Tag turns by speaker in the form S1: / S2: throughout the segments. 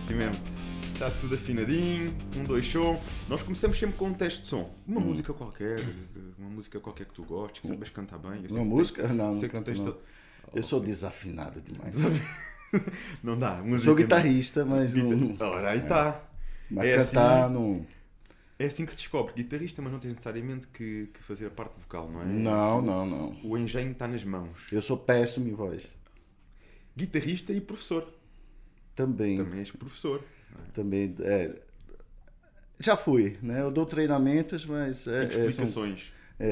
S1: E mesmo, está tudo afinadinho, 1, 2, som. Nós começamos sempre com um teste de som. Uma música qualquer que tu gostes, que sabes cantar bem.
S2: Uma música? Não
S1: sei que
S2: canto não. Eu sou desafinado demais.
S1: Não dá. Música
S2: Sou guitarrista, mas não...
S1: Ora, aí está.
S2: Mas cantar
S1: assim,
S2: não...
S1: É assim que se descobre guitarrista, mas não tens necessariamente que fazer a parte vocal, não é?
S2: Não.
S1: O engenho está nas mãos.
S2: Eu sou péssimo em voz.
S1: Guitarrista e professor.
S2: Também
S1: és professor.
S2: Também, já fui, né? Eu dou treinamentos, mas...
S1: Tipo explicações.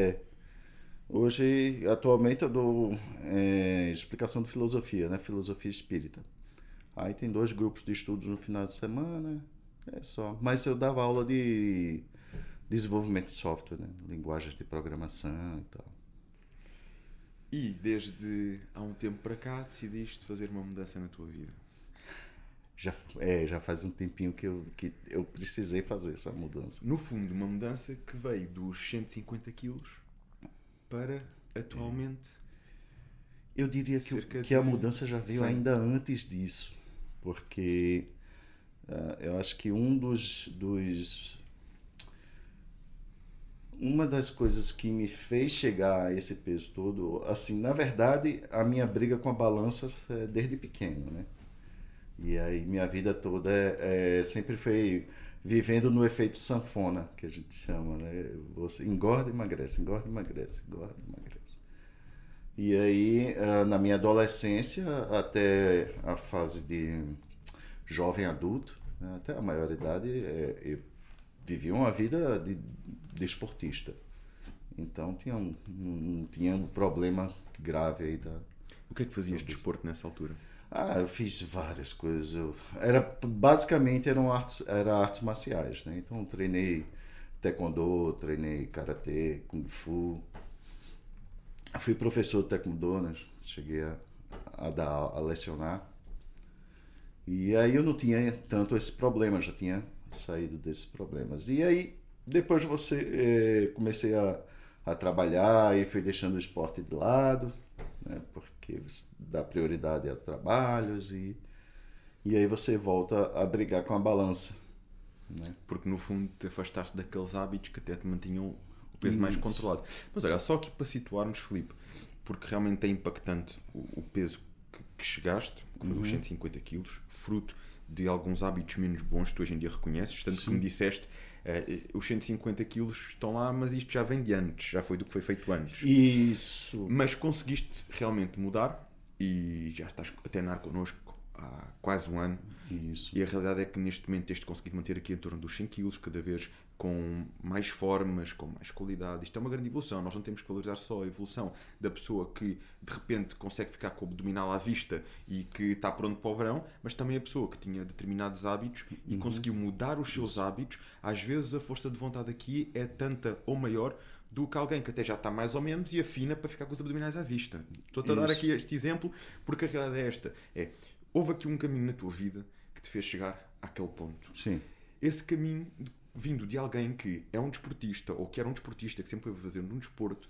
S2: Hoje, atualmente, eu dou explicação de filosofia, né? Filosofia espírita. Aí tem 2 grupos de estudos no final de semana, só. Mas eu dava aula de desenvolvimento de software, né? Linguagens de programação e tal.
S1: E desde há um tempo para cá decidiste fazer uma mudança na tua vida.
S2: Já faz um tempinho que eu precisei fazer essa mudança.
S1: No fundo, uma mudança que veio dos 150 quilos para atualmente...
S2: Eu diria que a mudança já veio ainda antes disso, porque eu acho que uma das coisas que me fez chegar a esse peso todo, assim, na verdade, a minha briga com a balança é desde pequeno, né? E aí minha vida toda sempre foi vivendo no efeito sanfona, que a gente chama, né? Você engorda e emagrece, engorda e emagrece, engorda e emagrece. E aí, na minha adolescência, até a fase de jovem adulto, né? Até a maioridade, eu vivia uma vida de esportista. Então não tinha um problema grave aí da...
S1: O que é que fazias de desporto nessa altura?
S2: Eu fiz várias coisas. Basicamente eram artes marciais, né? Então treinei taekwondo, treinei karatê, kung fu. Fui professor de taekwondo, né? Cheguei a lecionar. E aí eu não tinha tanto esse problema, já tinha saído desses problemas. E aí, depois de comecei a trabalhar e fui deixando o esporte de lado, né? Porque dá prioridade a trabalhos e aí você volta a brigar com a balança, né?
S1: Porque no fundo te afastaste daqueles hábitos que até te mantinham o peso mais controlado. Mas olha, só aqui para situarmos, Filipe, porque realmente é impactante o peso que chegaste, que foi os 150 quilos, fruto de alguns hábitos menos bons que tu hoje em dia reconheces, tanto que me disseste, os 150 quilos estão lá, mas isto já vem de antes, já foi do que foi feito antes.
S2: Isso.
S1: Mas conseguiste realmente mudar e já estás a treinar connosco há quase um ano.
S2: Isso.
S1: E a realidade é que neste momento tens conseguido manter aqui em torno dos 100 quilos, cada vez com mais formas, com mais qualidade. Isto é uma grande evolução. Nós não temos que valorizar só a evolução da pessoa que de repente consegue ficar com o abdominal à vista e que está pronto para o verão, mas também a pessoa que tinha determinados hábitos e conseguiu mudar os seus hábitos. Às vezes a força de vontade aqui é tanta ou maior do que alguém que até já está mais ou menos e afina para ficar com os abdominais à vista. Estou-te a dar aqui este exemplo porque a realidade é esta. Houve aqui um caminho na tua vida que te fez chegar àquele ponto.
S2: Sim.
S1: Esse caminho vindo de alguém que é um desportista ou que era um desportista que sempre foi fazendo um desporto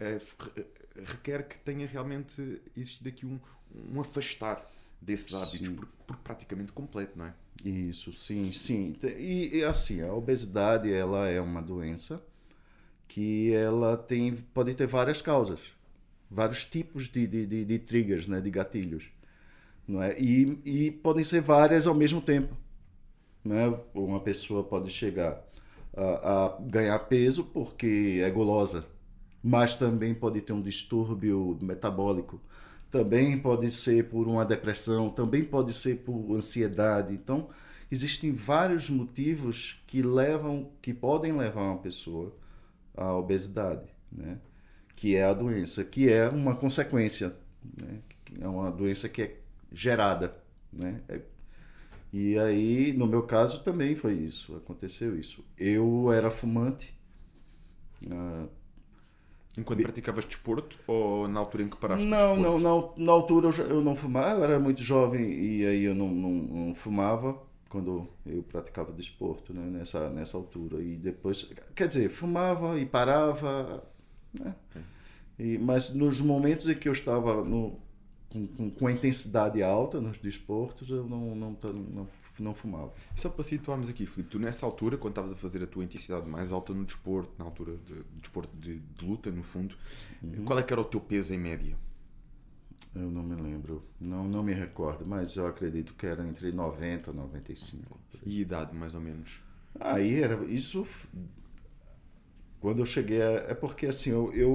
S1: requer que tenha realmente existido aqui um afastar desses hábitos por praticamente completo, não é?
S2: Isso, sim. E assim, a obesidade ela é uma doença que ela pode ter várias causas, vários tipos de triggers, né, de gatilhos. Não é? E podem ser várias ao mesmo tempo. Não é? Uma pessoa pode chegar a ganhar peso porque é gulosa, mas também pode ter um distúrbio metabólico, também pode ser por uma depressão, também pode ser por ansiedade. Então, existem vários motivos que podem levar uma pessoa à obesidade, né? Que é a doença, que é uma consequência, né? É uma doença que é gerada, né? E aí, no meu caso, também foi isso, aconteceu isso. Eu era fumante.
S1: Enquanto praticavas desporto ou na altura em que paraste
S2: Não,
S1: desporto?
S2: não, na altura eu não fumava, eu era muito jovem e aí eu não fumava quando eu praticava desporto, né? Nessa altura. E depois, quer dizer, fumava e parava, né? Mas nos momentos em que eu estava com a intensidade alta nos desportos, eu não fumava.
S1: Só para situarmos aqui, Filipe, tu nessa altura, quando estavas a fazer a tua intensidade mais alta no desporto, na altura de desporto de luta, no fundo, qual é que era o teu peso em média?
S2: Eu não me lembro, não me recordo, mas eu acredito que era entre 90 e 95.
S1: E idade, mais ou menos?
S2: Aí era isso. Quando eu cheguei, é porque assim,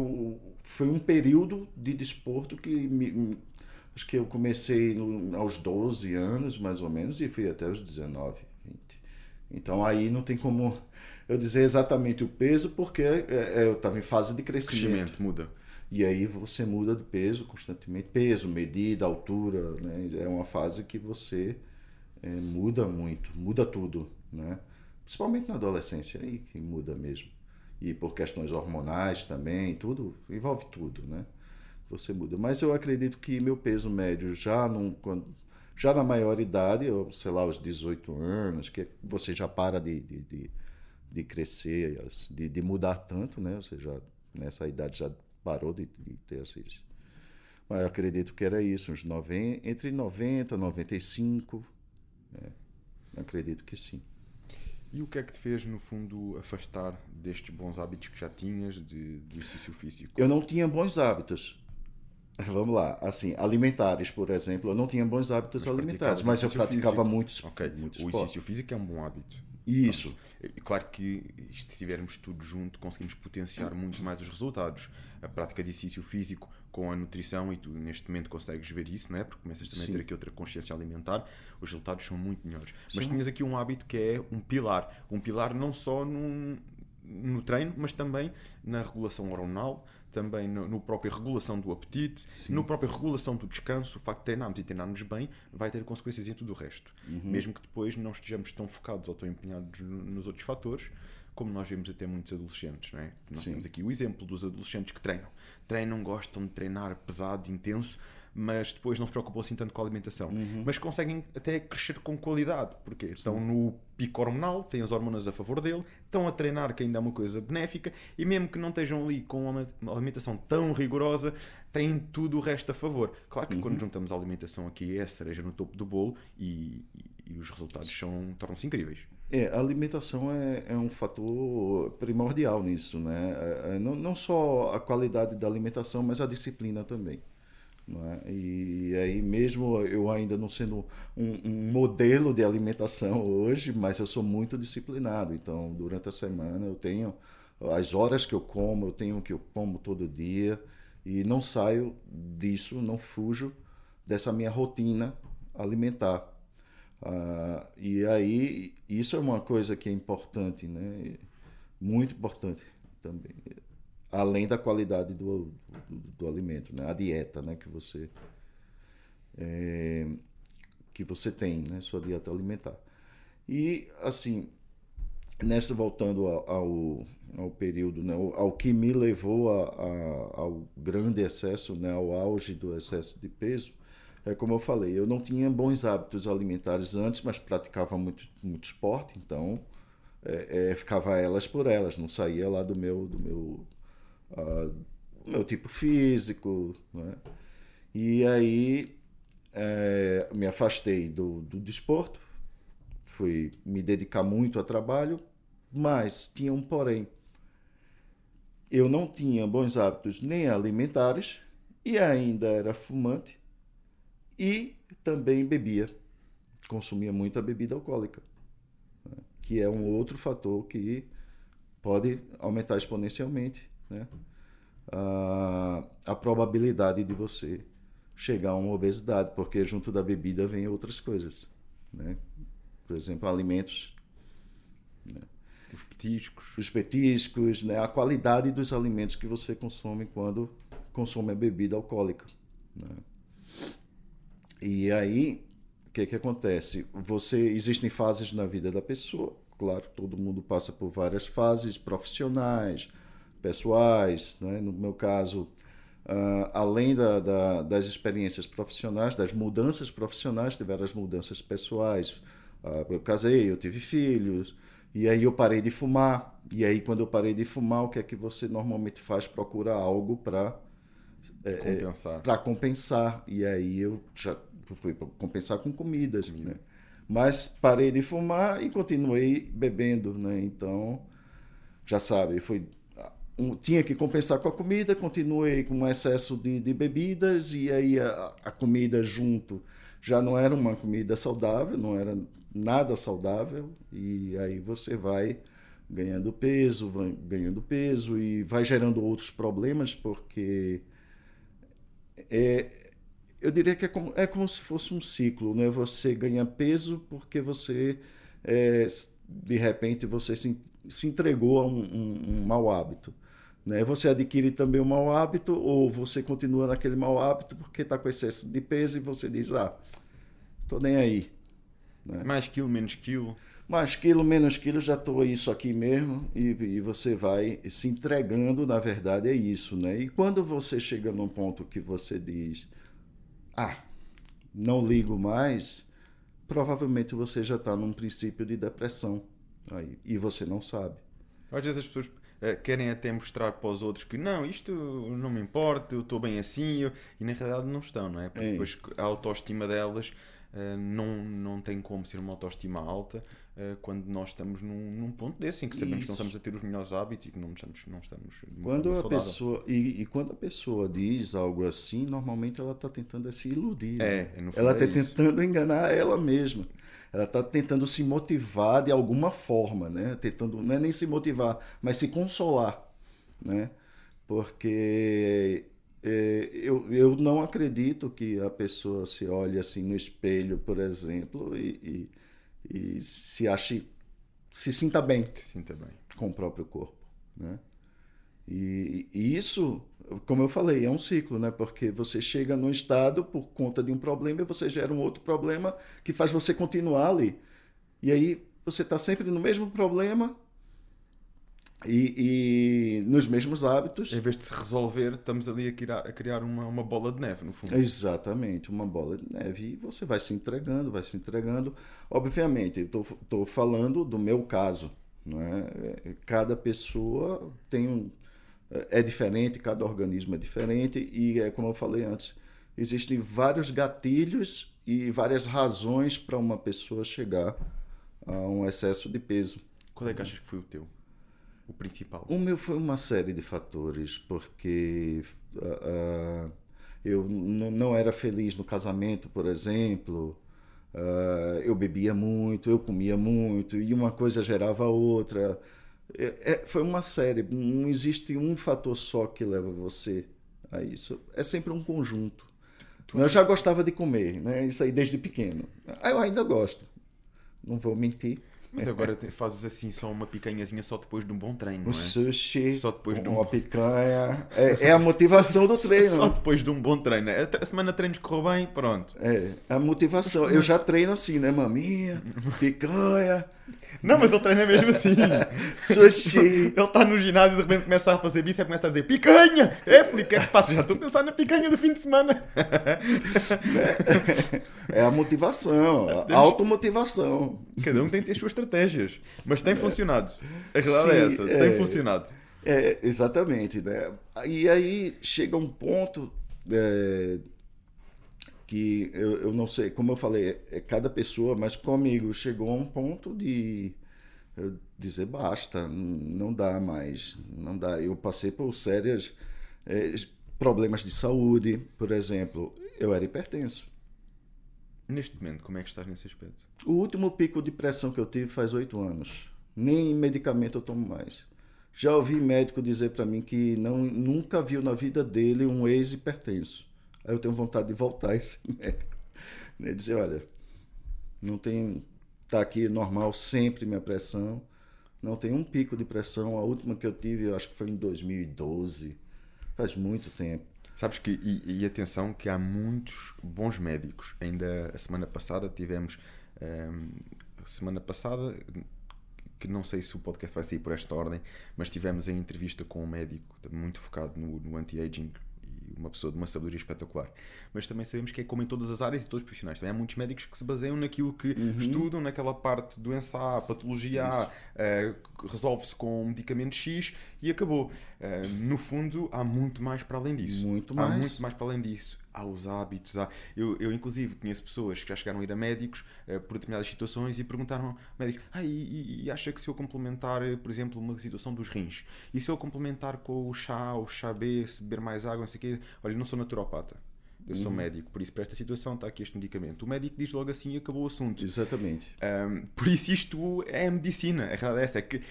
S2: foi um período de desporto que acho que eu comecei aos 12 anos, mais ou menos, e fui até os 19, 20. Então aí não tem como eu dizer exatamente o peso, porque eu estava em fase de crescimento.
S1: Muda.
S2: E aí você muda de peso constantemente. Peso, medida, altura, né? É uma fase que você muda muito, muda tudo, né? Principalmente na adolescência, aí que muda mesmo. E por questões hormonais também, tudo, envolve tudo, né? Você muda. Mas eu acredito que meu peso médio já na maioridade, sei lá, aos 18 anos, que você já para de crescer, de mudar tanto, né? Você já, nessa idade, já parou de ter esses... Mas eu acredito que era isso, entre 90 e 95, né? Eu acredito que sim.
S1: E o que é que te fez, no fundo, afastar destes bons hábitos que já tinhas de exercício físico?
S2: Eu não tinha bons hábitos. Vamos lá, assim, alimentares, por exemplo, eu não tinha bons hábitos alimentares, mas eu praticava muito esporte.
S1: O exercício físico é um bom hábito.
S2: Isso.
S1: Claro que se tivermos tudo junto, conseguimos potenciar muito mais os resultados. A prática de exercício físico com a nutrição, e tu neste momento consegues ver isso, não é? Porque começas também a ter aqui outra consciência alimentar, os resultados são muito melhores. Mas tinhas aqui um hábito que é um pilar não só no treino, mas também na regulação hormonal, também no própria regulação do apetite, no própria regulação do descanso. O facto de treinarmos bem vai ter consequências em tudo o resto. Mesmo que depois não estejamos tão focados ou tão empenhados nos outros fatores, como nós vemos até muitos adolescentes, não é? Nós temos aqui o exemplo dos adolescentes que treinam, gostam de treinar pesado, intenso, mas depois não se preocupam assim tanto com a alimentação. Mas conseguem até crescer com qualidade, porque estão no pico hormonal, têm as hormonas a favor dele, estão a treinar, que ainda é uma coisa benéfica, e mesmo que não estejam ali com uma alimentação tão rigorosa, têm tudo o resto a favor. Claro que quando juntamos a alimentação aqui, é a cereja no topo do bolo, e os resultados tornam-se incríveis.
S2: A alimentação é um fator primordial nisso, né? Não só a qualidade da alimentação, mas a disciplina também. Não é? E aí, mesmo eu ainda não sendo um modelo de alimentação hoje, mas eu sou muito disciplinado. Então, durante a semana, eu tenho as horas que eu como, eu tenho o que eu como todo dia, e não saio disso, não fujo dessa minha rotina alimentar. E aí, isso é uma coisa que é importante, né? Muito importante também. Além da qualidade do alimento, né? A dieta, né? Que você tem, né? Sua dieta alimentar. E, assim, voltando ao período, né? Ao que me levou ao grande excesso, né? Ao auge do excesso de peso, como eu falei, eu não tinha bons hábitos alimentares antes, mas praticava muito esporte, então ficava elas por elas, não saía lá do meu tipo físico, né? E aí me afastei do desporto, fui me dedicar muito a trabalho, mas tinha um porém. Eu não tinha bons hábitos nem alimentares e ainda era fumante e também bebia, consumia muita bebida alcoólica, né? Que é um outro fator que pode aumentar exponencialmente, né? A probabilidade de você chegar a uma obesidade, porque junto da bebida vem outras coisas, né? Por exemplo, alimentos, né? Os petiscos, né? A qualidade dos alimentos que você consome quando consome a bebida alcoólica, né? E aí, o que acontece? Existem fases na vida da pessoa, claro, todo mundo passa por várias fases profissionais, pessoais, né? No meu caso, além das experiências profissionais, das mudanças profissionais, tiveram as mudanças pessoais. Eu casei, eu tive filhos, e aí eu parei de fumar. E aí, quando eu parei de fumar, o que é que você normalmente faz? Procura algo para
S1: Compensar.
S2: para compensar. E aí eu já fui para compensar com comidas, né? Mas parei de fumar e continuei bebendo, né? Então, já sabe, tinha que compensar com a comida, continuei com um excesso de bebidas e aí a comida junto já não era uma comida saudável, não era nada saudável e aí você vai ganhando peso e vai gerando outros problemas porque eu diria que é como se fosse um ciclo, né? Você ganha peso porque você de repente você se entregou a um mau hábito. Né? Você adquire também um mau hábito ou você continua naquele mau hábito porque está com excesso de peso e você diz, tô nem aí. Né?
S1: Mais quilo, menos quilo.
S2: Mais quilo, menos quilo, já estou isso aqui mesmo e você vai se entregando, na verdade é isso. Né? E quando você chega num ponto que você diz, não ligo mais, provavelmente você já está num princípio de depressão aí, e você não sabe.
S1: Às vezes as pessoas querem até mostrar para os outros que não, isto não me importa, eu estou bem assim, e na realidade não estão, não é? Porque depois a autoestima delas não tem como ser uma autoestima alta quando nós estamos num ponto desse, em que sabemos que não estamos a ter os melhores hábitos e que não estamos de uma
S2: quando
S1: forma
S2: a
S1: saudável.
S2: pessoa quando a pessoa diz algo assim, normalmente ela está tentando se iludir.
S1: No fundo
S2: ela está
S1: é isso.
S2: tentando enganar ela mesma. Ela está tentando se motivar de alguma forma, né? Tentando, não é nem se motivar, mas se consolar, né? Porque eu não acredito que a pessoa se olhe assim no espelho, por exemplo, e se sinta bem, com o próprio corpo, né? E isso, como eu falei, é um ciclo, né? Porque você chega num estado por conta de um problema e você gera um outro problema que faz você continuar ali. E aí você está sempre no mesmo problema e nos mesmos hábitos.
S1: Em vez de se resolver, estamos ali a criar uma bola de neve, no fundo.
S2: Exatamente, uma bola de neve. E você vai se entregando. Obviamente, eu estou falando do meu caso, né? Cada pessoa é diferente, cada organismo é diferente e como eu falei antes, existem vários gatilhos e várias razões para uma pessoa chegar a um excesso de peso.
S1: Qual é que achas que foi o teu? O principal?
S2: O meu foi uma série de fatores, porque eu não era feliz no casamento, por exemplo. Eu bebia muito, eu comia muito e uma coisa gerava a outra. Foi uma série, não existe um fator só que leva você a isso. É sempre um conjunto. Eu já gostava de comer, né? Isso aí desde pequeno. Eu ainda gosto, não vou mentir.
S1: Mas agora fazes assim só uma picanhazinha só depois de um bom treino, não é?
S2: Sushi,
S1: só depois de
S2: uma picanha. É a motivação do treino.
S1: Só depois de um bom treino. A semana de treinos correu bem, pronto.
S2: A motivação. Eu já treino assim, né? Maminha, picanha.
S1: Não, mas ele treina mesmo assim.
S2: Sushi.
S1: Ele está no ginásio e de repente começa a fazer bíceps e começa a dizer picanha! Felipe, o que é que se passa? Já estou a pensar na picanha do fim de semana.
S2: É a motivação, a automotivação.
S1: Cada um tem que ter as suas estratégias. Mas tem funcionado. A realidade é essa. Tem funcionado.
S2: Exatamente. Né? E aí chega um ponto que eu não sei, como eu falei, é cada pessoa, mas comigo chegou a um ponto de eu dizer basta, não dá mais, não dá. Eu passei por sérios problemas de saúde, por exemplo, eu era hipertenso.
S1: Neste momento, como é que estás nesse aspecto?
S2: O último pico de pressão que eu tive faz 8 anos. Nem medicamento eu tomo mais. Já ouvi médico dizer para mim que nunca viu na vida dele um ex-hipertenso. Aí eu tenho vontade de voltar a esse médico. Né? Dizer, olha, não tem... Está aqui normal sempre minha pressão. Não tem um pico de pressão. A última que eu tive, eu acho que foi em 2012. Faz muito tempo.
S1: Sabes que, e atenção, que há muitos bons médicos. Ainda a semana passada tivemos... que não sei se o podcast vai sair por esta ordem, mas tivemos a entrevista com um médico muito focado no anti-aging, e uma pessoa de uma sabedoria espetacular. Mas também sabemos que é como em todas as áreas e todos os profissionais. Também há muitos médicos que se baseiam naquilo que estudam, naquela parte de doença A, patologia A, resolve-se com um medicamento X e acabou. No fundo, há muito mais para além disso. Há muito mais para além disso. Há os hábitos. Eu inclusive, conheço pessoas que já chegaram a ir a médicos por determinadas situações e perguntaram ao médico: e acha que se eu complementar, por exemplo, uma situação dos rins, e se eu complementar com o chá B, se beber mais água, não sei o quê, olha, eu não sou naturopata. Eu sou médico, por isso para esta situação está aqui este medicamento. O médico diz logo assim e acabou o assunto.
S2: Exatamente.
S1: Por isso isto é a medicina. A realidade é esta. É que,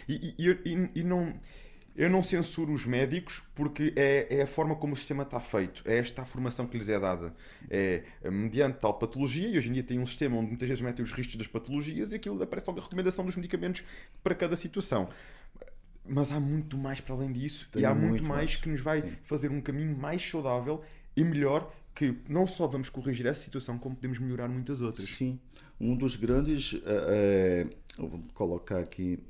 S1: eu não censuro os médicos porque é a forma como o sistema está feito. É esta a formação que lhes é dada. É mediante tal patologia, e hoje em dia tem um sistema onde muitas vezes metem os riscos das patologias e aquilo aparece logo a recomendação dos medicamentos para cada situação. Mas há muito mais para além disso e há muito mais que nos vai fazer um caminho mais saudável e melhor, que não só vamos corrigir essa situação, como podemos melhorar muitas outras.
S2: Sim. Um dos grandes... eu vou colocar aqui...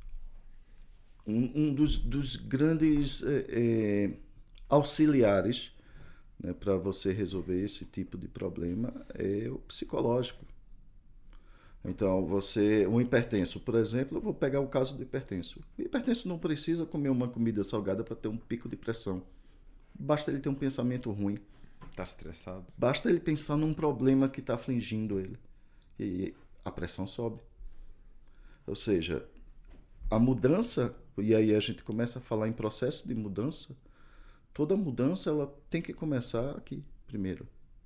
S2: Um dos grandes auxiliares, né, para você resolver esse tipo de problema é o psicológico. Então, um hipertenso, por exemplo, eu vou pegar o caso do hipertenso. O hipertenso não precisa comer uma comida salgada para ter um pico de pressão. Basta ele ter um pensamento ruim.
S1: Está estressado.
S2: Basta ele pensar num problema que está afligindo ele. E a pressão sobe. Ou seja, a mudança, e aí a gente começa a falar em processo de mudança, toda mudança ela tem que começar aqui primeiro.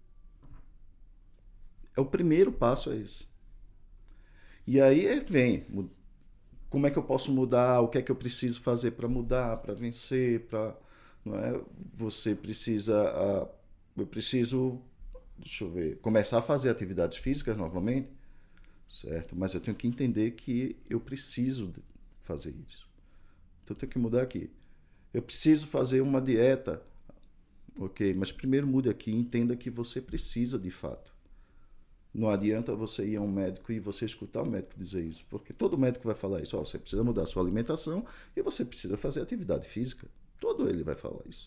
S2: O primeiro passo é esse. E aí vem, como é que eu posso mudar, o que é que eu preciso fazer para mudar, para vencer, não é? Você precisa, eu preciso, deixa eu ver, começar a fazer atividades físicas novamente, certo? Mas eu tenho que entender que eu preciso fazer isso. Então eu tenho que mudar aqui. Eu preciso fazer uma dieta, ok, mas primeiro mude aqui e entenda que você precisa de fato. Não adianta você ir a um médico e você escutar o médico dizer isso, porque todo médico vai falar isso. Você precisa mudar a sua alimentação e você precisa fazer atividade física. Todo ele vai falar isso.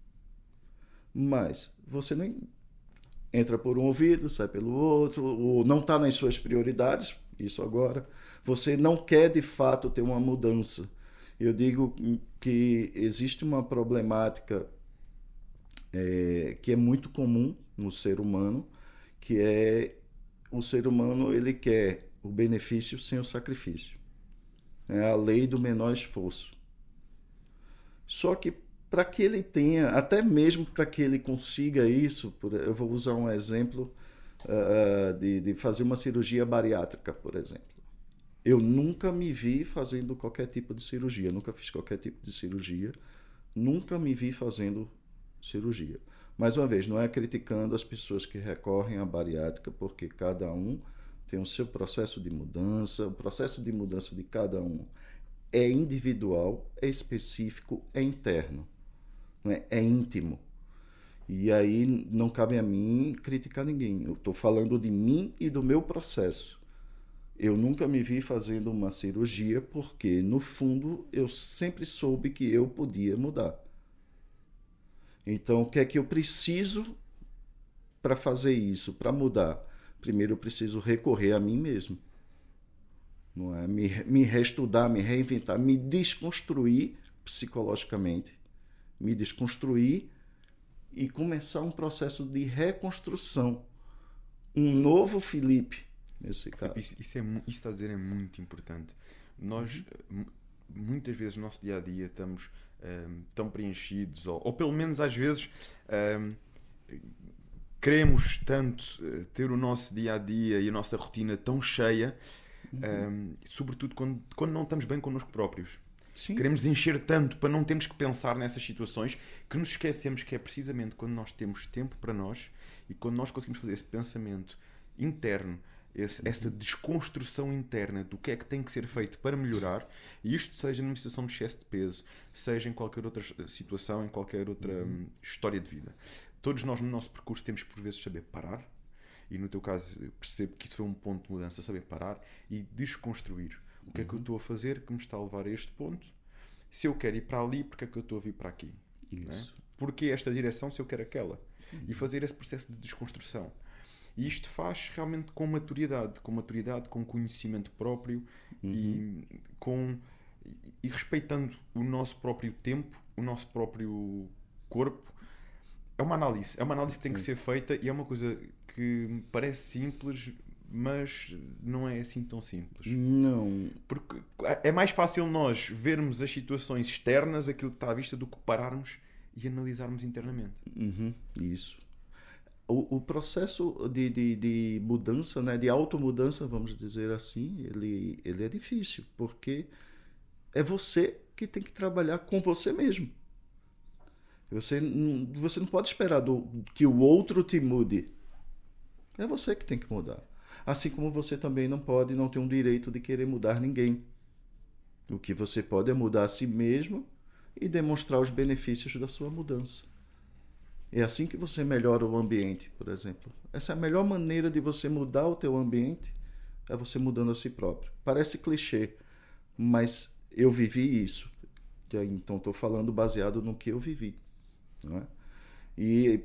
S2: Mas você não entra por um ouvido, sai pelo outro, ou não está nas suas prioridades, isso agora. Você não quer de fato ter uma mudança. Eu digo que existe uma problemática que é muito comum no ser humano, que é o ser humano ele quer o benefício sem o sacrifício. É a lei do menor esforço. Só que para que ele tenha, até mesmo para que ele consiga isso, eu vou usar um exemplo de fazer uma cirurgia bariátrica, por exemplo. Eu nunca me vi fazendo qualquer tipo de cirurgia, nunca fiz qualquer tipo de cirurgia, nunca me vi fazendo cirurgia. Mais uma vez, não é criticando as pessoas que recorrem à bariátrica, porque cada um tem o seu processo de mudança, o processo de mudança de cada um é individual, é específico, é interno, não é? É íntimo. E aí não cabe a mim criticar ninguém. Eu estou falando de mim e do meu processo. Eu nunca me vi fazendo uma cirurgia porque, no fundo, eu sempre soube que eu podia mudar. Então, o que é que eu preciso para fazer isso, para mudar? Primeiro, eu preciso recorrer a mim mesmo. Não é? Me reestudar, me reinventar, me desconstruir psicologicamente. Me desconstruir e começar um processo de reconstrução. Um novo Felipe, nesse caso.
S1: Isso está a dizer é muito importante. Nós, muitas vezes, no nosso dia-a-dia, estamos tão preenchidos, ou pelo menos às vezes queremos tanto ter o nosso dia-a-dia e a nossa rotina tão cheia, sobretudo quando não estamos bem connosco próprios. Sim. Queremos encher tanto para não termos que pensar nessas situações que nos esquecemos que é precisamente quando nós temos tempo para nós e quando nós conseguimos fazer esse pensamento interno, essa desconstrução interna do que é que tem que ser feito para melhorar, e isto seja numa situação de excesso de peso, seja em qualquer outra situação, em qualquer outra história de vida. Todos nós no nosso percurso temos que por vezes saber parar, e no teu caso percebo que isso foi um ponto de mudança, saber parar e desconstruir. O que é que eu estou a fazer que me está a levar a este ponto? Se eu quero ir para ali, porque é que eu estou a vir para aqui? Não é?
S2: Isso.
S1: Porquê esta direção se eu quero aquela? E fazer esse processo de desconstrução. E isto faz realmente com maturidade, com conhecimento próprio e respeitando o nosso próprio tempo, o nosso próprio corpo. É uma análise que tem que ser feita e é uma coisa que me parece simples, mas não é assim tão simples.
S2: Não.
S1: Porque é mais fácil nós vermos as situações externas, aquilo que está à vista, do que pararmos e analisarmos internamente.
S2: Isso. O processo de mudança, né, de automudança, vamos dizer assim, ele é difícil, porque é você que tem que trabalhar com você mesmo. Você não pode esperar que o outro te mude. É você que tem que mudar. Assim como você também não tem um direito de querer mudar ninguém. O que você pode é mudar a si mesmo e demonstrar os benefícios da sua mudança. É assim que você melhora o ambiente, por exemplo. Essa é a melhor maneira de você mudar o teu ambiente, é você mudando a si próprio. Parece clichê, mas eu vivi isso. Então estou falando baseado no que eu vivi. Não é? E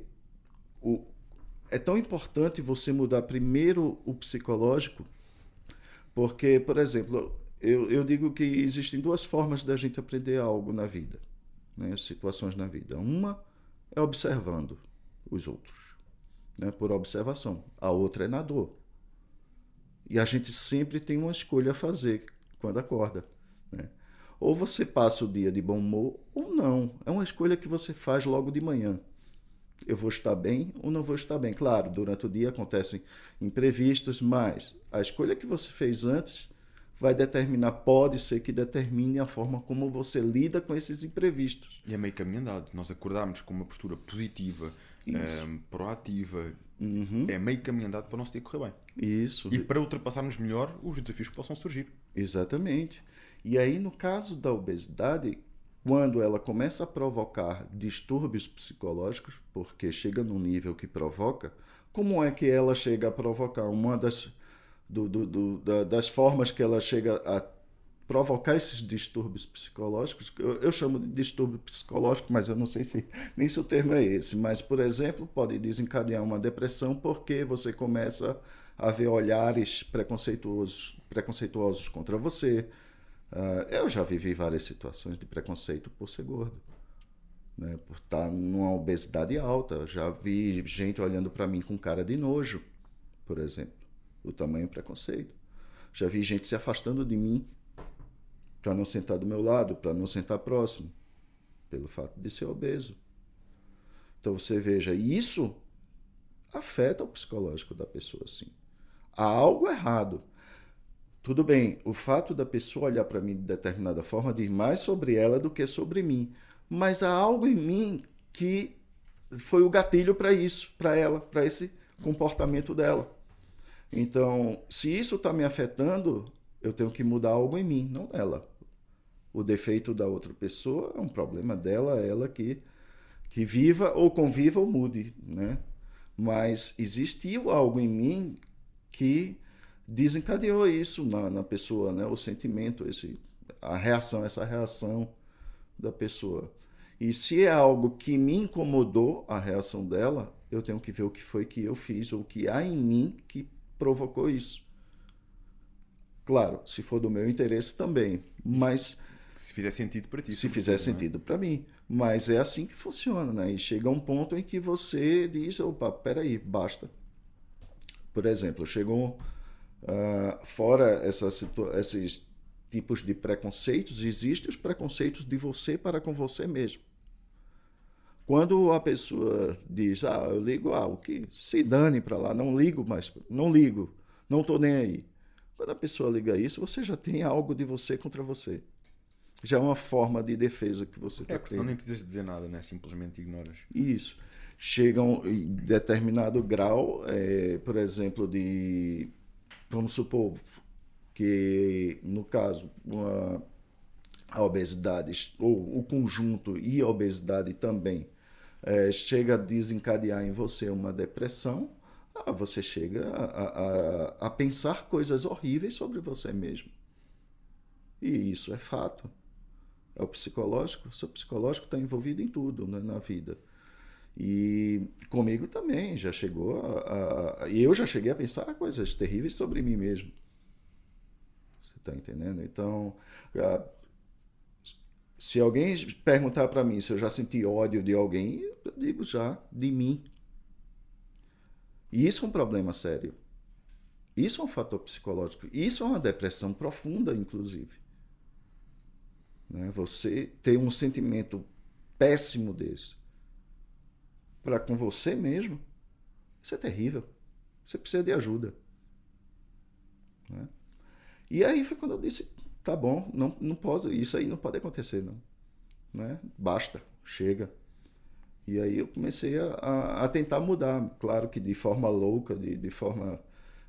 S2: é tão importante você mudar primeiro o psicológico, porque, por exemplo, eu digo que existem duas formas da gente aprender algo na vida, né? Situações na vida. Uma é observando os outros, né? Por observação. A outra é na dor. E a gente sempre tem uma escolha a fazer quando acorda, né? Ou você passa o dia de bom humor, ou não. É uma escolha que você faz logo de manhã. Eu vou estar bem ou não vou estar bem. Claro, durante o dia acontecem imprevistos, mas a escolha que você fez antes vai determinar, pode ser que determine a forma como você lida com esses imprevistos.
S1: E é meio caminho andado. Nós acordarmos com uma postura positiva, proativa, é meio caminho andado para o nosso dia correr bem.
S2: Isso.
S1: E para ultrapassarmos melhor os desafios que possam surgir.
S2: Exatamente. E aí, no caso da obesidade, quando ela começa a provocar distúrbios psicológicos, porque chega num nível que provoca, como é que ela chega a provocar? Uma das formas que ela chega a provocar esses distúrbios psicológicos, eu chamo de distúrbio psicológico, mas eu não sei nem se o termo é esse, mas, por exemplo, pode desencadear uma depressão porque você começa a ver olhares preconceituosos contra você. Eu já vivi várias situações de preconceito por ser gordo, né? Por estar numa obesidade alta. Já vi gente olhando para mim com cara de nojo, por exemplo. O tamanho preconceito. Já vi gente se afastando de mim para não sentar do meu lado, para não sentar próximo, pelo fato de ser obeso. Então você veja, isso afeta o psicológico da pessoa, sim. Há algo errado. Tudo bem, o fato da pessoa olhar para mim de determinada forma diz mais sobre ela do que sobre mim. Mas há algo em mim que foi o gatilho para isso, para ela, para esse comportamento dela. Então, se isso está me afetando, eu tenho que mudar algo em mim, não nela. O defeito da outra pessoa é um problema dela, ela que viva ou conviva ou mude, né? Mas existiu algo em mim que desencadeou isso na pessoa, né? O sentimento, essa reação da pessoa. E se é algo que me incomodou, a reação dela, eu tenho que ver o que foi que eu fiz ou o que há em mim que provocou isso. Claro, se for do meu interesse também, mas
S1: se fizer sentido para ti.
S2: Se fizer sentido para mim. Mas é assim que funciona, né? E chega um ponto em que você diz, opa, peraí, basta. Por exemplo, chegou fora esses tipos de preconceitos, existem os preconceitos de você para com você mesmo. Quando a pessoa diz, eu ligo, o que se dane para lá, não ligo mais, não ligo, não estou nem aí. Quando a pessoa liga isso, você já tem algo de você contra você. Já é uma forma de defesa que você está tendo.
S1: Porque senão nem precisas dizer nada, né? Simplesmente ignoras.
S2: Isso. Chegam em determinado grau, por exemplo, vamos supor que, no caso, a obesidade, ou o conjunto e a obesidade também, chega a desencadear em você uma depressão, você chega a pensar coisas horríveis sobre você mesmo. E isso é fato. É o psicológico. O seu psicológico está envolvido em tudo, né, na vida. E comigo também já chegou e eu já cheguei a pensar coisas terríveis sobre mim mesmo. Você está entendendo? Então, se alguém perguntar para mim se eu já senti ódio de alguém, eu digo já, de mim. E isso é um problema sério. Isso é um fator psicológico. Isso é uma depressão profunda, inclusive. Né? Você ter um sentimento péssimo desse para com você mesmo, isso é terrível. Você precisa de ajuda. Né? E aí foi quando eu disse, tá bom, não pode, isso aí não pode acontecer, não. Né? Basta, chega. E aí eu comecei a tentar mudar, claro que de forma louca, de forma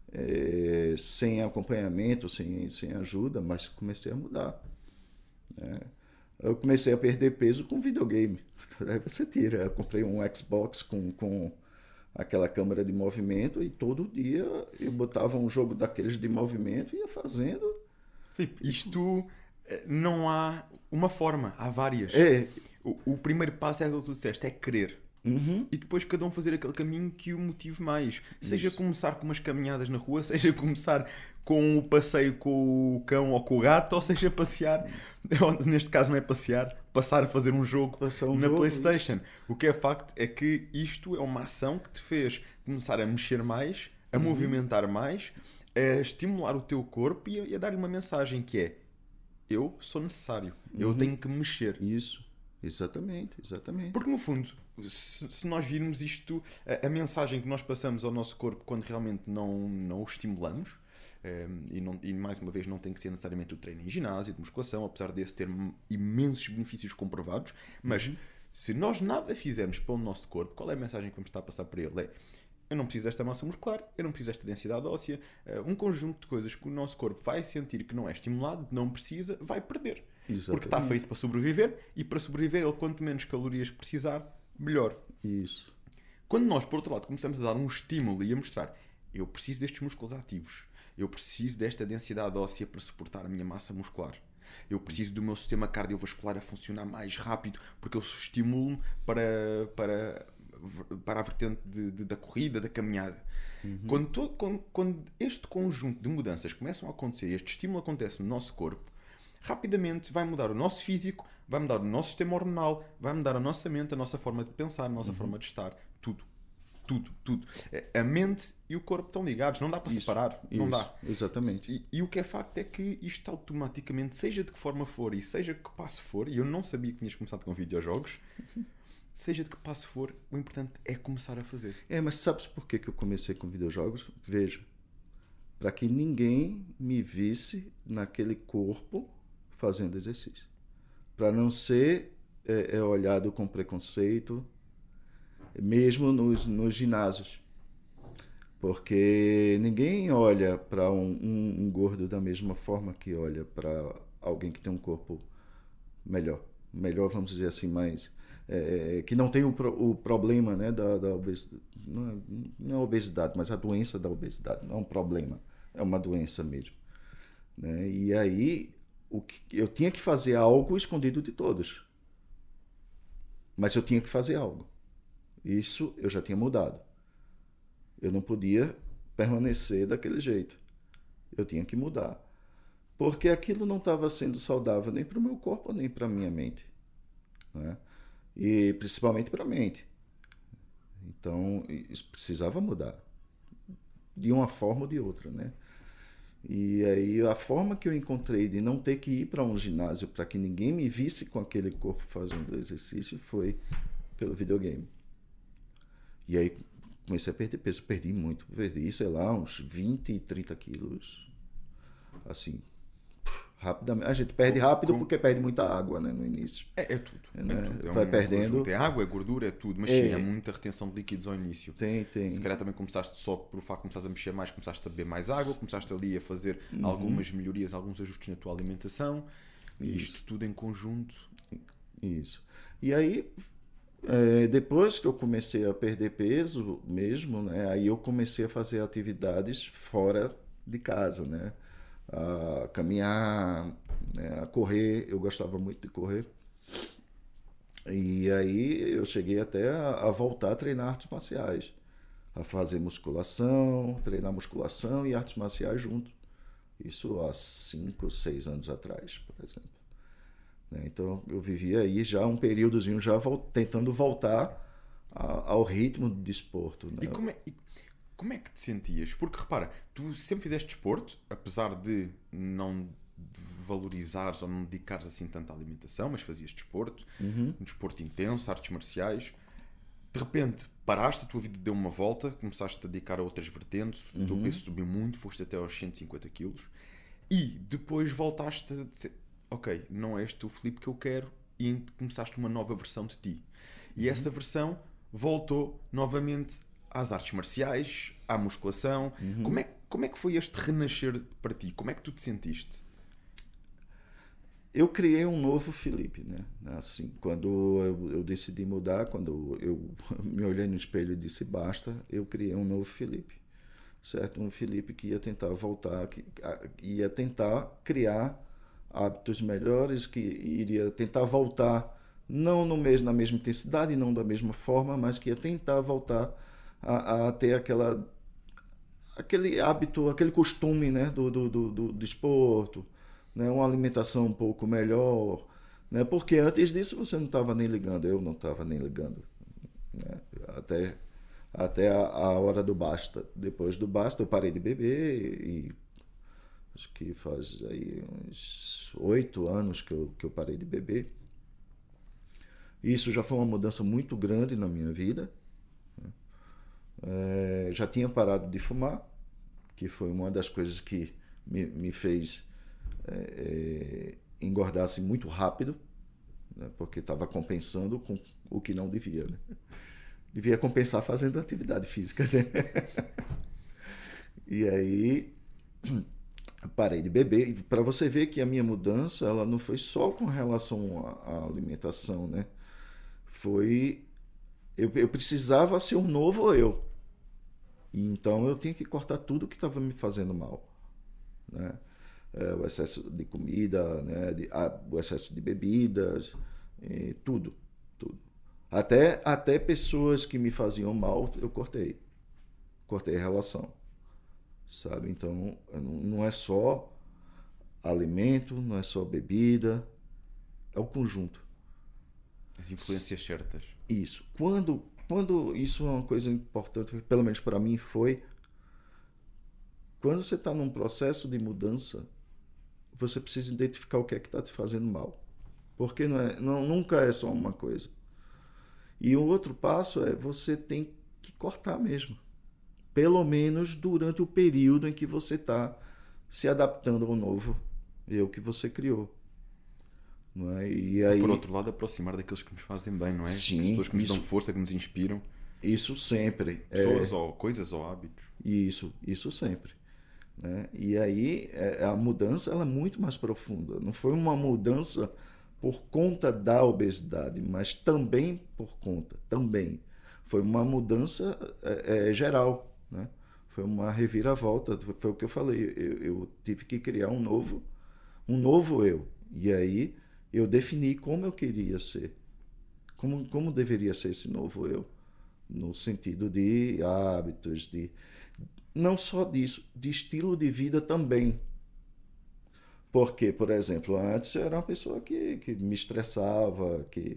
S2: sem acompanhamento, sem ajuda, mas comecei a mudar. Né? Eu comecei a perder peso com videogame. Aí você tira. Eu comprei um Xbox com aquela câmera de movimento e todo dia eu botava um jogo daqueles de movimento e ia fazendo.
S1: Filipe, isto não há uma forma, há várias. O primeiro passo é aquilo que tu disseste, é querer.
S2: Uhum.
S1: E depois cada um fazer aquele caminho que o motive mais. Seja começar com umas caminhadas na rua, seja começar com o passeio com o cão ou com o gato, ou seja passear, neste caso não é passear, passar a fazer um jogo na PlayStation. Isso. O que é facto é que isto é uma ação que te fez começar a mexer mais, a movimentar mais, a estimular o teu corpo e a dar-lhe uma mensagem que é: eu sou necessário, eu tenho que mexer.
S2: Isso. Exatamente.
S1: Porque no fundo, se nós virmos isto, a mensagem que nós passamos ao nosso corpo quando realmente não o estimulamos, e mais uma vez não tem que ser necessariamente o treino em ginásio, de musculação, apesar desse ter imensos benefícios comprovados, mas se nós nada fizermos pelo nosso corpo, qual é a mensagem que vamos estar a passar para ele? É: eu não preciso desta massa muscular, eu não preciso desta densidade óssea, um conjunto de coisas que o nosso corpo vai sentir que não é estimulado, não precisa, vai perder.
S2: Exatamente.
S1: Porque está feito para sobreviver, e para sobreviver ele quanto menos calorias precisar, melhor.
S2: Isso.
S1: Quando nós, por outro lado, começamos a dar um estímulo e a mostrar: eu preciso destes músculos ativos, eu preciso desta densidade óssea para suportar a minha massa muscular, eu preciso do meu sistema cardiovascular a funcionar mais rápido, porque eu estimulo-me para a vertente da corrida, da caminhada. Quando este conjunto de mudanças começam a acontecer, este estímulo acontece no nosso corpo, rapidamente vai mudar o nosso físico, vai mudar o nosso sistema hormonal, vai mudar a nossa mente, a nossa forma de pensar, a nossa forma de estar, tudo. A mente e o corpo estão ligados, não dá para separar, não dá.
S2: Exatamente.
S1: E o que é facto é que isto automaticamente, seja de que forma for e seja de que passo for, e eu não sabia que tinhas começado com videojogos, seja de que passo for, o importante é começar a fazer.
S2: Mas sabes por que eu comecei com videojogos? Veja, para que ninguém me visse naquele corpo fazendo exercício. Para não ser olhado com preconceito, mesmo nos ginásios. Porque ninguém olha para um gordo da mesma forma que olha para alguém que tem um corpo melhor. Melhor, vamos dizer assim, mais... que não tem o problema, né, da obesidade. Não é a obesidade, mas a doença da obesidade. Não é um problema, é uma doença mesmo. Né? E aí, eu tinha que fazer algo escondido de todos. Mas eu tinha que fazer algo. Isso eu já tinha mudado. Eu não podia permanecer daquele jeito. Eu tinha que mudar. Porque aquilo não estava sendo saudável nem para o meu corpo, nem para a minha mente. Né? E principalmente para a mente. Então, isso precisava mudar. De uma forma ou de outra, né? E aí, a forma que eu encontrei de não ter que ir para um ginásio para que ninguém me visse com aquele corpo fazendo exercício foi pelo videogame. E aí, comecei a perder peso. Perdi muito. Perdi, sei lá, uns 20, 30 quilos. Assim, rapidamente. A gente perde rápido porque perde muita água, né, no início.
S1: É tudo.
S2: Né?
S1: É tudo.
S2: Vai perdendo.
S1: É água, é gordura, é tudo. Mas sim, há muita retenção de líquidos ao início.
S2: Tem.
S1: Se calhar também começaste só por facto, começaste a mexer mais, começaste a beber mais água, começaste ali a fazer algumas melhorias, alguns ajustes na tua alimentação. E isto tudo em conjunto.
S2: Isso. E aí, depois que eu comecei a perder peso mesmo, né, aí eu comecei a fazer atividades fora de casa, né? A caminhar, né, a correr, eu gostava muito de correr. E aí eu cheguei até a voltar a treinar artes marciais, a fazer musculação, treinar musculação e artes marciais junto. Isso há 5, 6 anos atrás, por exemplo. Né? Então eu vivia aí já um períodozinho já tentando voltar ao ritmo do desporto. Né?
S1: Como é que te sentias? Porque repara, tu sempre fizeste desporto, apesar de não valorizares ou não dedicares assim tanto à alimentação, mas fazias desporto, um desporto intenso, artes marciais. De repente paraste, a tua vida deu uma volta, começaste a dedicar a outras vertentes, o teu peso subiu muito, foste até aos 150 quilos e depois voltaste a dizer, ok, não é este o Filipe que eu quero, e começaste uma nova versão de ti. E essa versão voltou novamente às artes marciais, à musculação. Como é que foi este renascer para ti? Como é que tu te sentiste?
S2: Eu criei um novo Filipe, né? Assim, quando eu decidi mudar, quando eu me olhei no espelho e disse basta, eu criei um novo Filipe, certo? Um Filipe que ia tentar voltar, que ia tentar criar hábitos melhores, que iria tentar voltar, não na mesma intensidade, não da mesma forma, mas que ia tentar voltar a ter aquele hábito, aquele costume, né? do desporto, né, uma alimentação um pouco melhor, né, porque antes disso você não estava nem ligando, eu não estava nem ligando, né, até a hora do basta. Depois do basta eu parei de beber e acho que faz aí uns 8 anos que eu parei de beber. Isso já foi uma mudança muito grande na minha vida. Já tinha parado de fumar, que foi uma das coisas que me fez engordasse muito rápido, né, porque estava compensando com o que não devia. Né? Devia compensar fazendo atividade física. Né? E aí parei de beber. E para você ver que a minha mudança ela não foi só com relação à alimentação. Né? Eu precisava ser um novo eu. E então eu tinha que cortar tudo que estava me fazendo mal. Né? O excesso de comida, né? O excesso de bebidas, tudo. Até pessoas que me faziam mal, eu cortei a relação, sabe? Então, não é só alimento, não é só bebida, é o conjunto.
S1: As influências certas.
S2: Isso. Quando isso é uma coisa importante, pelo menos para mim foi, quando você está num processo de mudança, você precisa identificar o que é que está te fazendo mal. Porque nunca é só uma coisa. E o outro passo é você tem que cortar mesmo. Pelo menos durante o período em que você está se adaptando ao novo eu que você criou. Não é? E aí,
S1: por outro lado, aproximar daqueles que nos fazem bem, não é?
S2: Sim,
S1: as pessoas que nos dão força, que nos inspiram.
S2: Isso sempre.
S1: Pessoas ou coisas ou hábitos.
S2: Isso sempre. Né? E aí a mudança ela é muito mais profunda. Não foi uma mudança por conta da obesidade, mas também foi uma mudança geral. Né? Foi uma reviravolta. Foi o que eu falei. Eu tive que criar um novo eu. E aí eu defini como eu queria ser. Como deveria ser esse novo eu. No sentido de hábitos, não só disso, de estilo de vida também. Porque, por exemplo, antes eu era uma pessoa que me estressava, que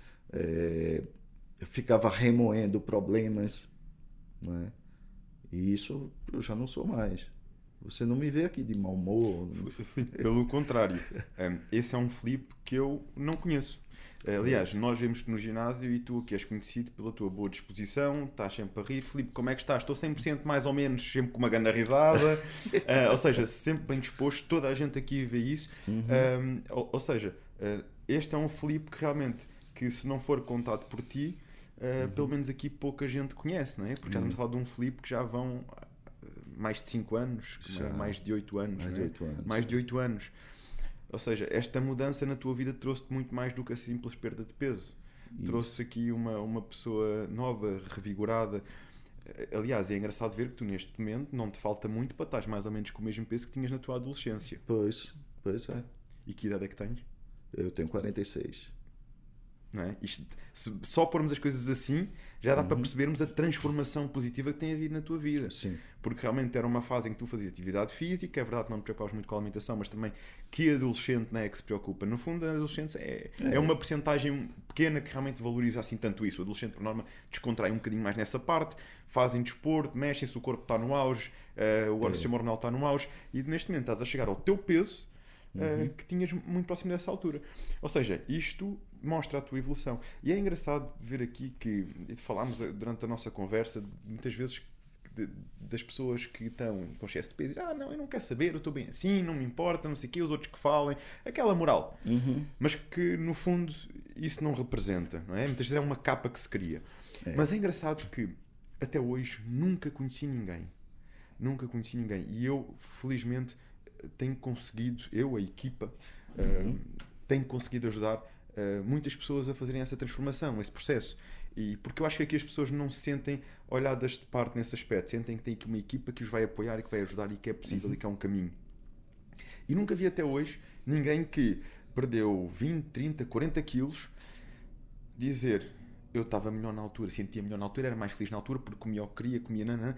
S2: ficava remoendo problemas. Não é? E isso eu já não sou mais. Você não me vê aqui de mau humor.
S1: Pelo contrário, esse é um Filipe que eu não conheço. Aliás, nós vemos-te no ginásio e tu aqui és conhecido pela tua boa disposição, estás sempre a rir. Filipe, como é que estás? Estou 100% mais ou menos, sempre com uma grande risada. Ou seja, sempre bem disposto, toda a gente aqui vê isso. Ou seja, este é um Filipe que realmente, que se não for contado por ti, pelo menos aqui pouca gente conhece, não é? Porque já estamos a falar de um Filipe que já vão mais de 5 anos, mais de 8 anos. Mais de 8 anos. Ou seja, esta mudança na tua vida trouxe-te muito mais do que a simples perda de peso. Trouxe aqui uma pessoa nova, revigorada. Aliás, é engraçado ver que tu neste momento não te falta muito para estar mais ou menos com o mesmo peso que tinhas na tua adolescência.
S2: Pois é.
S1: E que idade é que tens?
S2: Eu tenho 46.
S1: Não é? Só pormos as coisas assim, já dá para percebermos a transformação positiva que tem havido na tua vida.
S2: Sim.
S1: Porque realmente era uma fase em que tu fazias atividade física, é verdade que não te preocupavas muito com a alimentação, mas também que adolescente, não é, que se preocupa. No fundo, a adolescência é uma percentagem pequena que realmente valoriza assim tanto isso. O adolescente, por norma, descontrai um bocadinho mais nessa parte, fazem desporto, mexem-se, o corpo está no auge, o sistema hormonal está no auge, e neste momento estás a chegar ao teu peso que tinhas muito próximo dessa altura. Ou seja, isto mostra a tua evolução. E é engraçado ver aqui que falámos durante a nossa conversa muitas vezes das pessoas que estão com excesso de peso e não, eu não quero saber, eu estou bem assim, não me importa, não sei o quê, os outros que falem, aquela moral. Mas que no fundo isso não representa, não é? Muitas vezes é uma capa que se cria. Mas é engraçado que até hoje nunca conheci ninguém. E eu, felizmente, tenho conseguido, a equipa, tenho conseguido ajudar muitas pessoas a fazerem essa transformação, esse processo. E porque eu acho que aqui as pessoas não se sentem olhadas de parte nesse aspecto, sentem que tem aqui uma equipa que os vai apoiar e que vai ajudar e que é possível e que há um caminho. E nunca vi até hoje ninguém que perdeu 20, 30, 40 quilos dizer eu estava melhor na altura, sentia melhor na altura, era mais feliz na altura porque comia o que queria, comia nanã.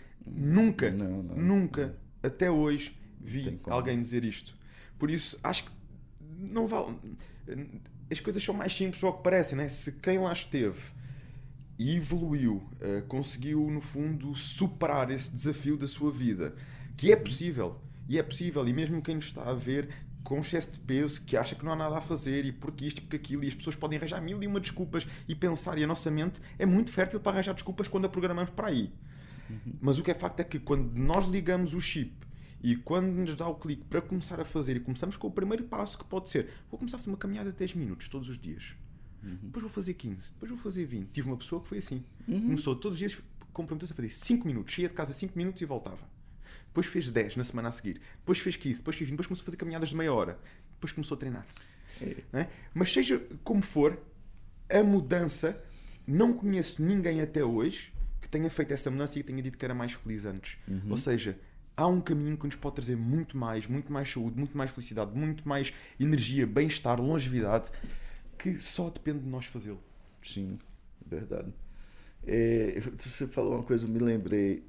S1: Nunca, até hoje vi alguém dizer isto. Por isso, acho que não vale... As coisas são mais simples do que parecem, não é? Se quem lá esteve e evoluiu, conseguiu, no fundo, superar esse desafio da sua vida, que é possível, e mesmo quem nos está a ver com excesso de peso, que acha que não há nada a fazer, e porque isto e porque aquilo, e as pessoas podem arranjar 1001 desculpas e pensar, e a nossa mente é muito fértil para arranjar desculpas quando a programamos para aí. Mas o que é facto é que quando nós ligamos o chip e quando nos dá o clique para começar a fazer, e começamos com o primeiro passo que pode ser, vou começar a fazer uma caminhada de 10 minutos todos os dias, depois vou fazer 15, depois vou fazer 20. Tive uma pessoa que foi assim, começou todos os dias, comprometeu-se a fazer 5 minutos, saía de casa 5 minutos e voltava. Depois fez 10 na semana a seguir, depois fez 15, depois fez 20, depois começou a fazer caminhadas de meia hora, depois começou a treinar. Não é? Mas seja como for, a mudança, não conheço ninguém até hoje que tenha feito essa mudança e que tenha dito que era mais feliz antes. Ou seja, há um caminho que nos pode trazer muito mais saúde, muito mais felicidade, muito mais energia, bem-estar, longevidade, que só depende de nós fazê-lo.
S2: Sim, verdade. Você falou uma coisa, eu me lembrei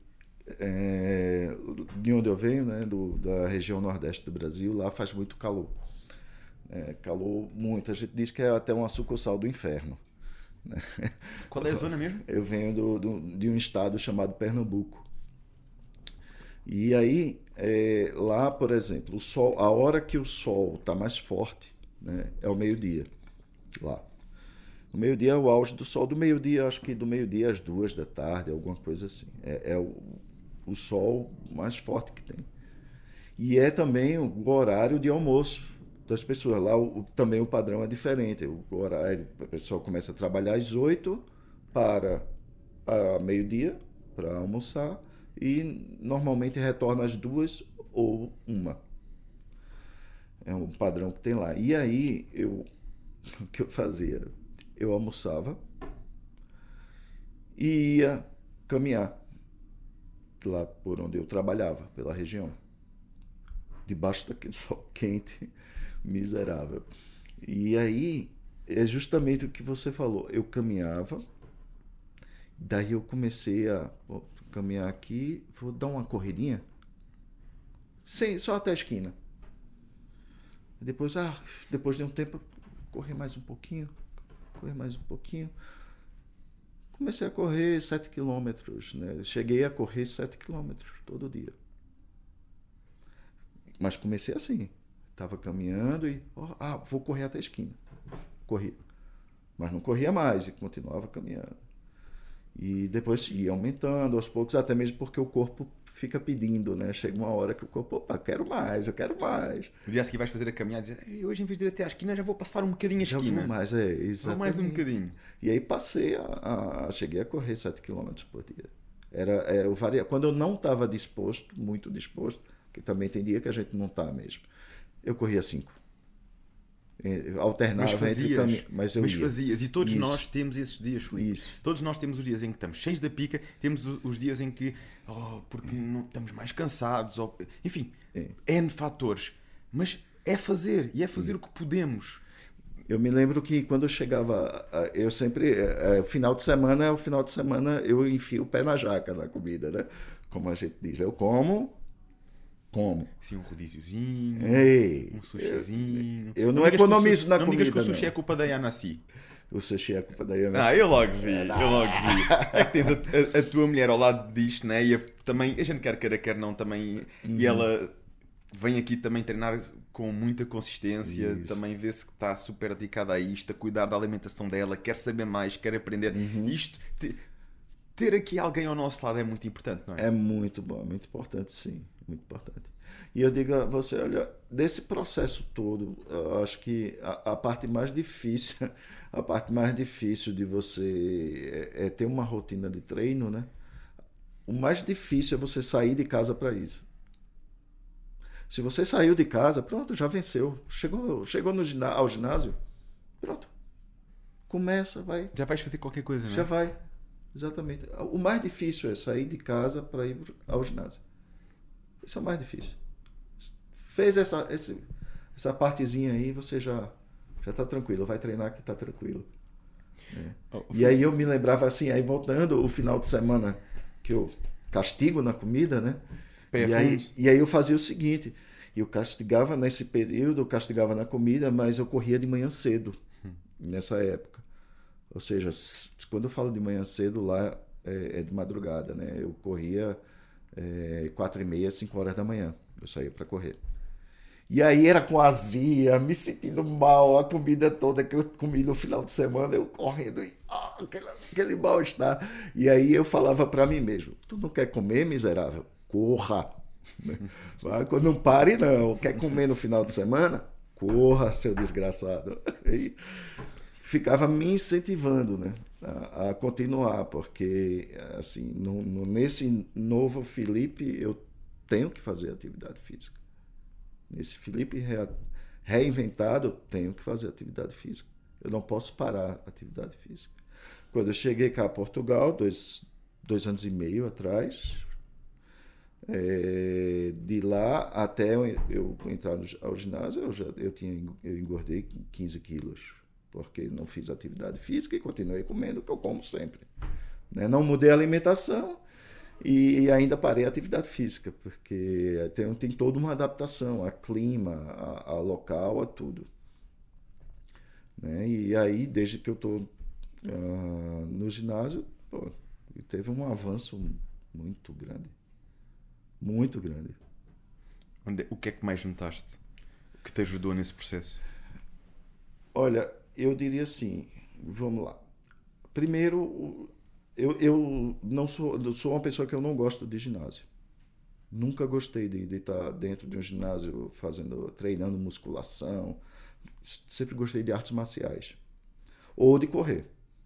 S2: de onde eu venho, né, da região nordeste do Brasil. Lá faz muito calor. Calor muito. A gente diz que é até uma sucursal do inferno.
S1: Qual é a zona mesmo?
S2: Eu venho de um estado chamado Pernambuco. E aí, lá, por exemplo, o sol, a hora que o sol está mais forte, né, é o meio-dia. Lá. O meio-dia é o auge do sol. Do meio-dia, acho que do meio-dia às 2 da tarde, alguma coisa assim. É o sol mais forte que tem. E é também o horário de almoço das pessoas. Lá também o padrão é diferente. O horário, a pessoa começa a trabalhar às 8 para meio-dia, para almoçar, e normalmente retorna às 2 ou 1. É um padrão que tem lá. E aí, o que eu fazia? Eu almoçava e ia caminhar lá por onde eu trabalhava, pela região. Debaixo daquele sol quente, miserável. E aí, é justamente o que você falou. Eu caminhava, daí eu comecei a caminhar aqui, vou dar uma corridinha, só até a esquina. Depois de um tempo, correr mais um pouquinho. Comecei a correr 7 quilômetros, né? Cheguei a correr 7 quilômetros todo dia. Mas comecei assim. Estava caminhando e... vou correr até a esquina. Corria. Mas não corria mais e continuava caminhando. E depois ia aumentando aos poucos, até mesmo porque o corpo fica pedindo, né? Chega uma hora que o corpo, eu quero mais.
S1: No dia seguinte vais fazer a caminhada e dizer, hoje em vez de ir até à esquina já vou passar um bocadinho a esquina.
S2: Já vou mais, exatamente.
S1: Vou mais um bocadinho.
S2: E aí passei cheguei a correr 7 km por dia. Eu varia. Quando eu não estava muito disposto, porque também tem dia que a gente não está mesmo, eu corria 5. Alternava entre caminhos, mas eu ia.
S1: Fazias, e todos nós temos esses dias, Filipe.
S2: Isso.
S1: Todos nós temos os dias em que estamos cheios da pica, temos os dias em que porque não estamos mais cansados, enfim, N fatores. Mas é fazer. E é fazer o que podemos.
S2: Eu me lembro que quando eu chegava, eu sempre, final de semana eu enfio o pé na jaca da comida, né? Como a gente diz, eu como.
S1: Sim, um rodíziozinho,
S2: Ei,
S1: um sushizinho.
S2: eu não economizo na
S1: Não
S2: comida,
S1: digas que o sushi
S2: não.
S1: é culpa da Yanassi.
S2: O sushi é culpa da Yana.
S1: Eu logo vi. É que tens a tua mulher ao lado disto, né? E também, a gente quer não, também. E ela vem aqui também treinar com muita consistência,
S2: Isso.
S1: também vê-se que está super dedicada a isto, a cuidar da alimentação dela, quer saber mais, quer aprender. Isto, ter aqui alguém ao nosso lado é muito importante, não é?
S2: É muito bom, muito importante, sim. Muito importante. E eu digo a você, olha, desse processo todo, eu acho que a parte mais difícil, de você é ter uma rotina de treino, né? O mais difícil é você sair de casa para isso. Se você saiu de casa, pronto, já venceu. Chegou ao ginásio, pronto. Começa, vai.
S1: Já vais fazer qualquer coisa, não é?
S2: Já vai. Exatamente. O mais difícil é sair de casa para ir ao ginásio. Isso é o mais difícil. Fez essa partezinha aí, você já está tranquilo. Vai treinar que está tranquilo. E aí eu me lembrava assim, aí voltando o final de semana que eu castigo na comida, né? E aí eu fazia o seguinte, eu castigava nesse período, eu castigava na comida, mas eu corria de manhã cedo, nessa época. Ou seja, quando eu falo de manhã cedo, lá é de madrugada, né? Eu corria 4h30, 5 horas da manhã, eu saía para correr. E aí era com azia, me sentindo mal, a comida toda que eu comi no final de semana, eu correndo e aquele mal-estar. E aí eu falava para mim mesmo, tu não quer comer, miserável? Corra! Não pare não, quer comer no final de semana? Corra, seu desgraçado! E ficava me incentivando, né, a continuar, porque assim, nesse novo Felipe eu tenho que fazer atividade física. Nesse Felipe reinventado, eu tenho que fazer atividade física. Eu não posso parar a atividade física. Quando eu cheguei cá a Portugal, 2 anos e meio atrás, de lá até eu entrar ao ginásio, eu engordei 15 quilos, porque não fiz atividade física e continuei comendo o que eu como sempre. Né? Não mudei a alimentação e ainda parei a atividade física, porque tem toda uma adaptação a clima, a local, a tudo. Né? E aí, desde que eu estou no ginásio, teve um avanço muito grande. Muito grande.
S1: O que é que mais notaste que te ajudou nesse processo?
S2: Olha, eu diria assim, vamos lá. Primeiro, eu sou uma pessoa que eu não gosto de ginásio. Nunca gostei de estar dentro de um ginásio treinando musculação. Sempre gostei de artes marciais. Ou de correr.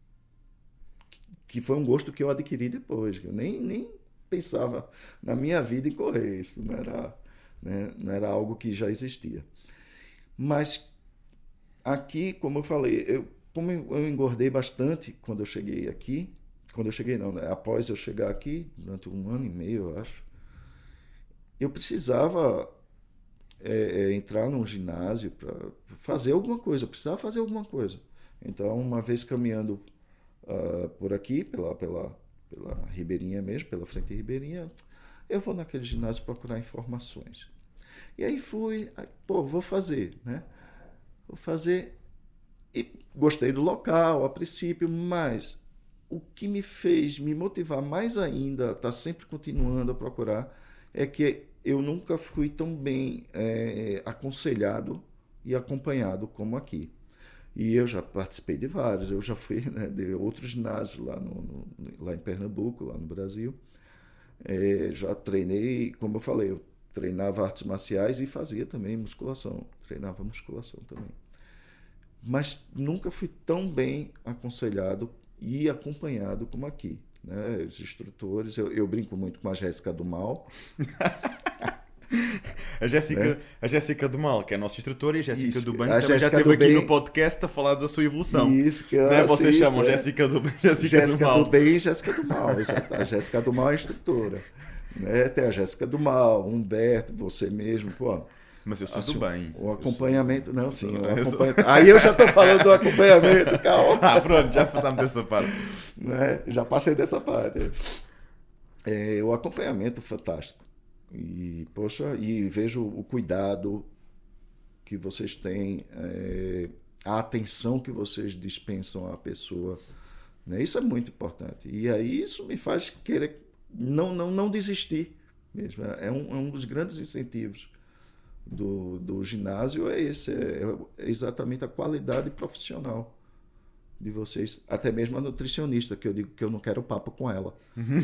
S2: Que foi um gosto que eu adquiri depois. Eu nem pensava na minha vida em correr. Isso não era algo que já existia. Mas aqui, como eu falei, como eu engordei bastante quando eu cheguei aqui, após eu chegar aqui, durante 1 ano e meio, eu acho, eu precisava entrar num ginásio para fazer alguma coisa, eu precisava fazer alguma coisa. Então, uma vez caminhando por aqui, pela Ribeirinha mesmo, pela frente de Ribeirinha, eu vou naquele ginásio procurar informações. E aí fui, vou fazer, né? Vou fazer, e gostei do local a princípio, mas o que me fez me motivar mais ainda a estar sempre continuando a procurar é que eu nunca fui tão bem aconselhado e acompanhado como aqui. E eu já participei de vários, eu já fui, né, de outros ginásios lá em Pernambuco, lá no Brasil. Já treinei, como eu falei, eu treinava artes marciais e fazia também musculação, treinava musculação também. Mas nunca fui tão bem aconselhado e acompanhado como aqui. Né? Os instrutores, eu brinco muito com a Jéssica do Mal.
S1: A Jéssica do Mal, que é a nossa instrutora, e a Jéssica do Bem,
S2: a
S1: também já
S2: Jéssica
S1: esteve aqui
S2: Bem
S1: no podcast a falar da sua evolução.
S2: Isso, que
S1: né? Vocês
S2: assisto,
S1: chamam Jéssica do Bem,
S2: Jéssica
S1: do Mal.
S2: do Bem e Jéssica do Mal. Exato. A Jéssica do Mal é instrutora. Né? Tem a Jéssica do Mal, Humberto, você mesmo.
S1: Mas eu sou
S2: assim,
S1: do bem.
S2: O acompanhamento, não, sim. Aí eu já estou falando do acompanhamento, calma.
S1: Pronto, já passamos dessa parte.
S2: Né? Já passei dessa parte. O acompanhamento fantástico. E, poxa, e vejo o cuidado que vocês têm, a atenção que vocês dispensam à pessoa. Né? Isso é muito importante. E aí isso me faz querer não desistir mesmo. É um dos grandes incentivos do ginásio, é esse, é exatamente a qualidade profissional de vocês, até mesmo a nutricionista, que eu digo que eu não quero papo com ela.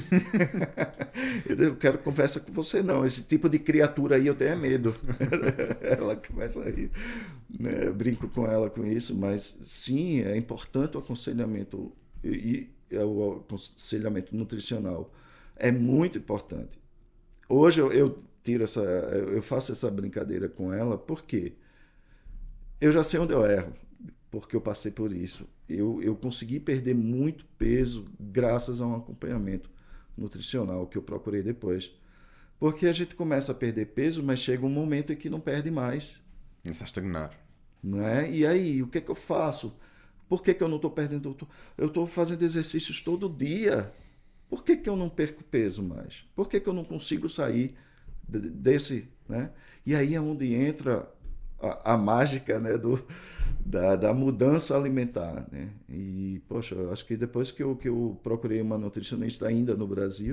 S2: Eu quero conversa com você, não. Esse tipo de criatura aí eu tenho medo. Ela começa a rir. Né? Eu brinco com ela com isso, mas sim, é importante o aconselhamento e o aconselhamento nutricional. É muito importante. Hoje eu faço essa brincadeira com ela porque eu já sei onde eu erro, porque eu passei por isso. Eu consegui perder muito peso graças a um acompanhamento nutricional que eu procurei depois. Porque a gente começa a perder peso, mas chega um momento em que não perde mais.
S1: Começa a estagnar.
S2: Não é? E aí, o que é que eu faço? Por que eu não estou perdendo? Eu estou fazendo exercícios todo dia. Por que eu não perco peso mais? Por que eu não consigo sair desse... Né? E aí é onde entra a mágica, né, da mudança alimentar, né? E, poxa, eu acho que depois que eu procurei uma nutricionista ainda no Brasil,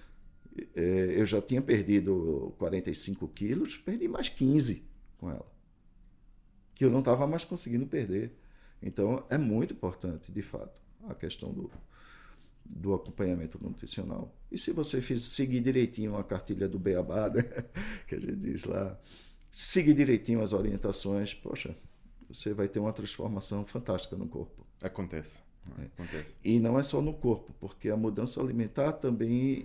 S2: eu já tinha perdido 45 quilos, perdi mais 15 com ela, que eu não estava mais conseguindo perder. Então, é muito importante, de fato, a questão do acompanhamento nutricional. E se você seguir direitinho a cartilha do Beabá, né, que a gente diz lá, seguir direitinho as orientações, poxa, você vai ter uma transformação fantástica no corpo.
S1: Acontece. Acontece.
S2: E não é só no corpo, porque a mudança alimentar também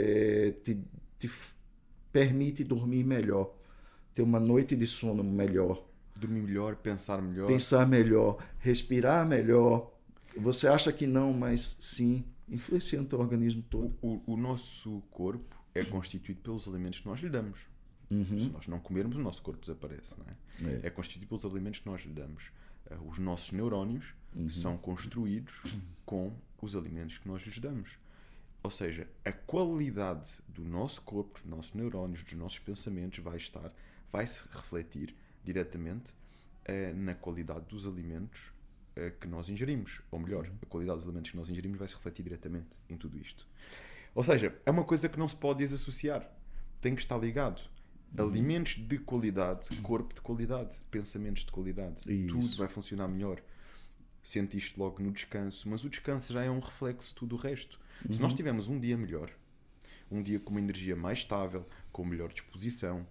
S2: te permite dormir melhor, ter uma noite de sono melhor.
S1: Dormir melhor, pensar melhor.
S2: Pensar melhor, respirar melhor. Você acha que não, mas sim, influencia no teu organismo todo.
S1: O nosso corpo é constituído pelos alimentos que nós lhe damos.
S2: Uhum.
S1: Se nós não comermos, o nosso corpo desaparece. Não é? É constituído pelos alimentos que nós lhe damos. Os nossos neurónios são construídos com os alimentos que nós lhes damos. Ou seja, a qualidade do nosso corpo, dos nossos neurónios, dos nossos pensamentos vai se refletir diretamente na qualidade dos alimentos que nós ingerimos. Ou melhor, a qualidade dos alimentos que nós ingerimos vai se refletir diretamente em tudo isto. Ou seja, é uma coisa que não se pode desassociar. Tem que estar ligado. Alimentos de qualidade, corpo de qualidade, pensamentos de qualidade. Isso. Tudo vai funcionar melhor. Sentiste logo no descanso, mas o descanso já é um reflexo de tudo o resto. Se nós tivermos um dia melhor, um dia com uma energia mais estável, com melhor disposição,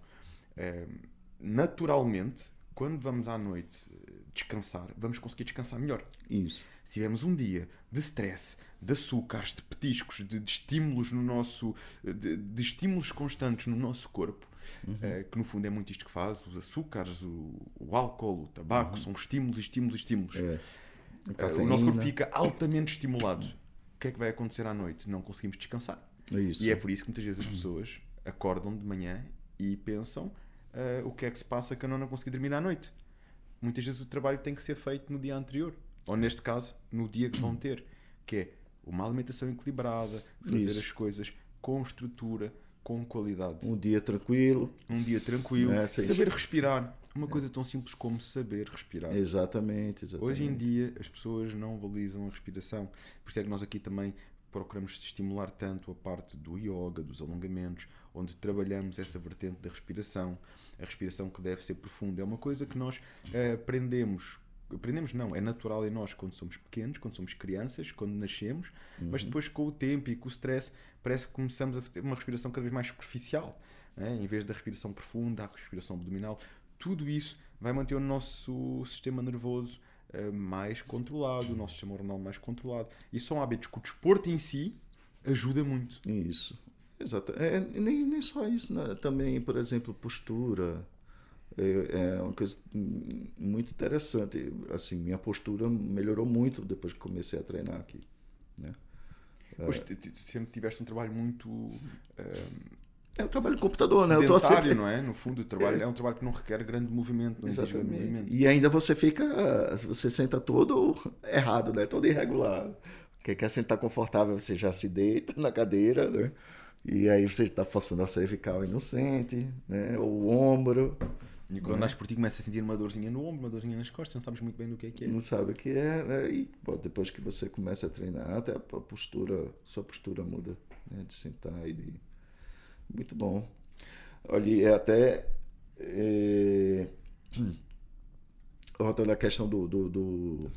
S1: naturalmente, quando vamos à noite descansar, vamos conseguir descansar melhor.
S2: Isso.
S1: Se tivermos um dia de stress, de açúcares, de petiscos, de estímulos no nosso, de estímulos constantes no nosso corpo, que no fundo é muito isto que faz, os açúcares, o álcool, o tabaco, são estímulos, estímulos, estímulos. O nosso corpo fica altamente estimulado. O que é que vai acontecer à noite? Não conseguimos descansar.
S2: Isso.
S1: E é por isso que muitas vezes as pessoas acordam de manhã e pensam o que é que se passa que eu não consegui dormir à noite. Muitas vezes o trabalho tem que ser feito no dia anterior. Ou neste caso, no dia que vão ter. Que é uma alimentação equilibrada, fazer as coisas com estrutura, com qualidade.
S2: Um dia tranquilo.
S1: Saber respirar. Uma coisa tão simples como saber respirar.
S2: Exatamente.
S1: Hoje em dia as pessoas não valorizam a respiração. Por isso é que nós aqui também procuramos estimular tanto a parte do yoga, dos alongamentos, onde trabalhamos essa vertente da respiração. A respiração que deve ser profunda. É uma coisa que nós aprendemos não, é natural em nós quando somos pequenos, quando somos crianças, quando nascemos, mas depois com o tempo e com o stress parece que começamos a ter uma respiração cada vez mais superficial, né? Em vez da respiração profunda, a respiração abdominal. Tudo isso vai manter o nosso sistema nervoso mais controlado, o nosso sistema hormonal mais controlado, e são hábitos que o desporto em si ajuda muito.
S2: Isso, exato. Nem só isso, né? Também, por exemplo, postura. É uma coisa muito interessante. Assim, minha postura melhorou muito depois que comecei a treinar aqui, né?
S1: Pois sempre tiveste um trabalho muito
S2: É um trabalho de computador, né? Eu tô
S1: sedentário,
S2: sempre...
S1: não é? No fundo, o trabalho é um trabalho que não requer grande movimento, não exige grande
S2: Exatamente.
S1: movimento.
S2: E ainda você senta todo errado, né? Todo irregular. Quem quer sentar confortável, você já se deita na cadeira, né? E aí você está forçando a cervical e não sente, né? Ou o ombro.
S1: E quando andas por ti, começa a sentir uma dorzinha no ombro, uma dorzinha nas costas, não sabes muito bem do que é.
S2: Não sabe o que é, né? E bom, depois que você começa a treinar, até a postura, sua postura muda, né? De sentar e de... Muito bom. Olha, é até... Voltando à questão do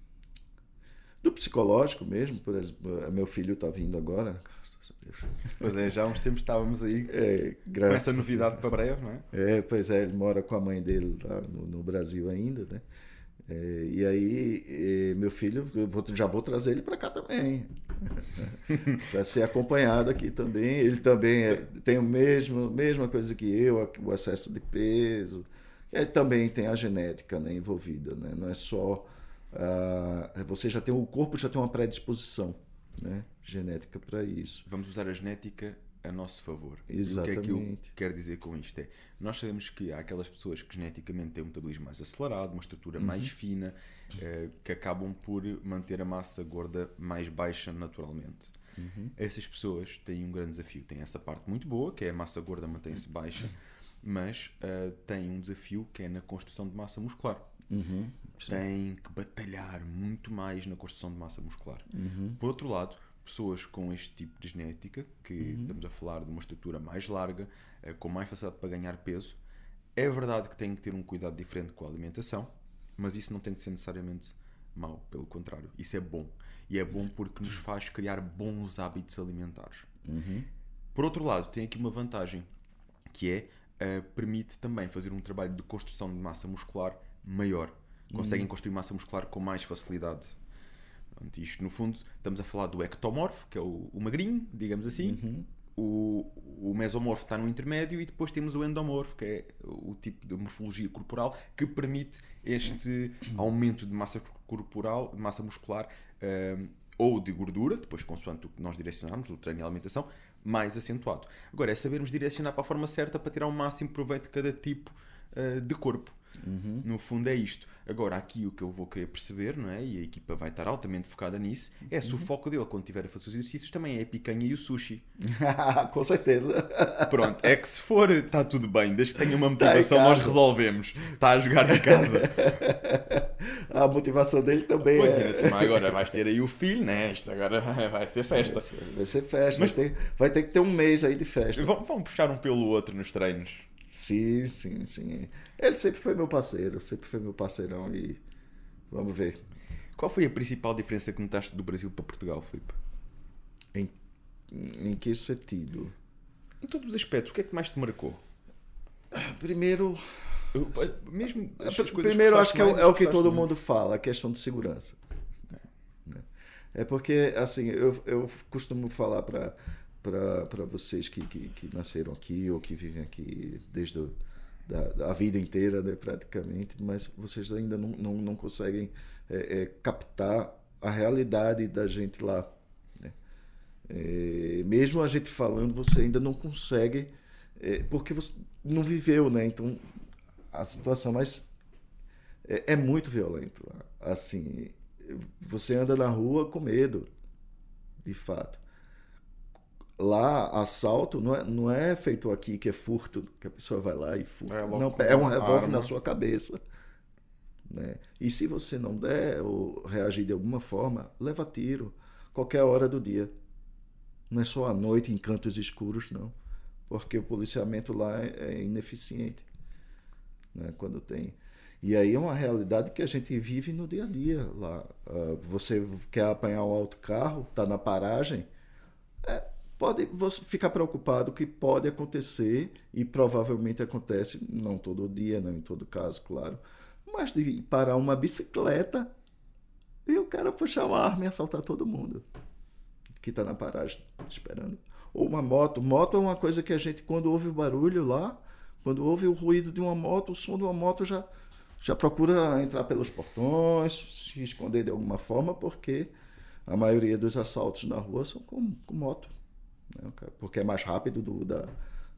S2: psicológico mesmo, por exemplo, meu filho está vindo agora, graças a Deus.
S1: Pois é, já há uns tempos estávamos aí com essa novidade para breve, não é?
S2: Pois é, ele mora com a mãe dele lá no Brasil ainda, né? E aí, meu filho, já vou trazer ele para cá também, para ser acompanhado aqui também. Ele também tem a mesma coisa que eu, o excesso de peso. Ele também tem a genética, né, envolvida, né? Não é só... você já tem, o corpo já tem uma predisposição, né, genética para isso.
S1: Vamos usar a genética a nosso favor.
S2: Exatamente.
S1: E o que é que eu quero dizer com isto? Nós sabemos que há aquelas pessoas que geneticamente têm um metabolismo mais acelerado, uma estrutura mais fina, que acabam por manter a massa gorda mais baixa naturalmente. Essas pessoas têm um grande desafio. Têm essa parte muito boa, que é a massa gorda mantém-se baixa, mas têm um desafio que é na construção de massa muscular. Têm que batalhar muito mais na construção de massa muscular. Por outro lado, pessoas com este tipo de genética, que estamos a falar de uma estrutura mais larga, com mais facilidade para ganhar peso, é verdade que têm que ter um cuidado diferente com a alimentação, mas isso não tem que ser necessariamente mau, pelo contrário, isso é bom. E é bom porque nos faz criar bons hábitos alimentares. Por outro lado, tem aqui uma vantagem, que é permite também fazer um trabalho de construção de massa muscular maior. Conseguem construir massa muscular com mais facilidade. Pronto, isto, no fundo, estamos a falar do ectomorfo, que é o magrinho, digamos assim. O mesomorfo está no intermédio e depois temos o endomorfo, que é o tipo de morfologia corporal que permite este aumento de massa corporal, de massa muscular ou de gordura, depois consoante o que nós direcionarmos, o treino e a alimentação, mais acentuado. Agora, é sabermos direcionar para a forma certa para tirar o máximo proveito de cada tipo de corpo. No fundo é isto. Agora aqui o que eu vou querer perceber, não é? E a equipa vai estar altamente focada nisso, é se o foco dele quando estiver a fazer os exercícios também é a picanha e o sushi.
S2: Com certeza.
S1: Pronto, é que se for, está tudo bem, desde que tenha uma motivação nós resolvemos. Está a jogar em casa.
S2: A motivação dele também
S1: pois é. Assim, agora vais ter aí o filho, né? Isto agora vai ser festa.
S2: Vai ser festa, mas vai ter que ter um mês aí de festa.
S1: Vamos puxar um pelo outro nos treinos.
S2: Sim. Ele sempre foi meu parceiro, sempre foi meu parceirão e vamos ver.
S1: Qual foi a principal diferença que notaste do Brasil para Portugal, Filipe?
S2: Em que sentido?
S1: Em todos os aspectos, o que é que mais te marcou?
S2: Primeiro,
S1: mesmo
S2: primeiro acho que é o que todo mundo fala, a questão de segurança. É porque, assim, eu costumo falar para vocês que nasceram aqui ou que vivem aqui desde a vida inteira, né, praticamente, mas vocês ainda não conseguem captar a realidade da gente lá, né? Mesmo a gente falando, você ainda não consegue, porque você não viveu, né? Então a situação é muito violenta lá. Assim, você anda na rua com medo, de fato. Lá, assalto não é feito aqui, que é furto, que a pessoa vai lá e furta. Não, é um revólver na sua cabeça. Né? E se você não der ou reagir de alguma forma, leva tiro, qualquer hora do dia. Não é só à noite, em cantos escuros, não. Porque o policiamento lá é ineficiente. Né? Quando tem... E aí é uma realidade que a gente vive no dia a dia. Lá. Você quer apanhar um autocarro, está na paragem... Pode você ficar preocupado que pode acontecer e provavelmente acontece, não todo dia, não em todo caso, claro, mas de parar uma bicicleta e o cara puxar uma arma e assaltar todo mundo que está na paragem esperando. Ou uma moto. Moto é uma coisa que a gente, quando ouve o barulho lá, quando ouve o ruído de uma moto, o som de uma moto, já procura entrar pelos portões, se esconder de alguma forma, porque a maioria dos assaltos na rua são com moto. Porque é mais rápido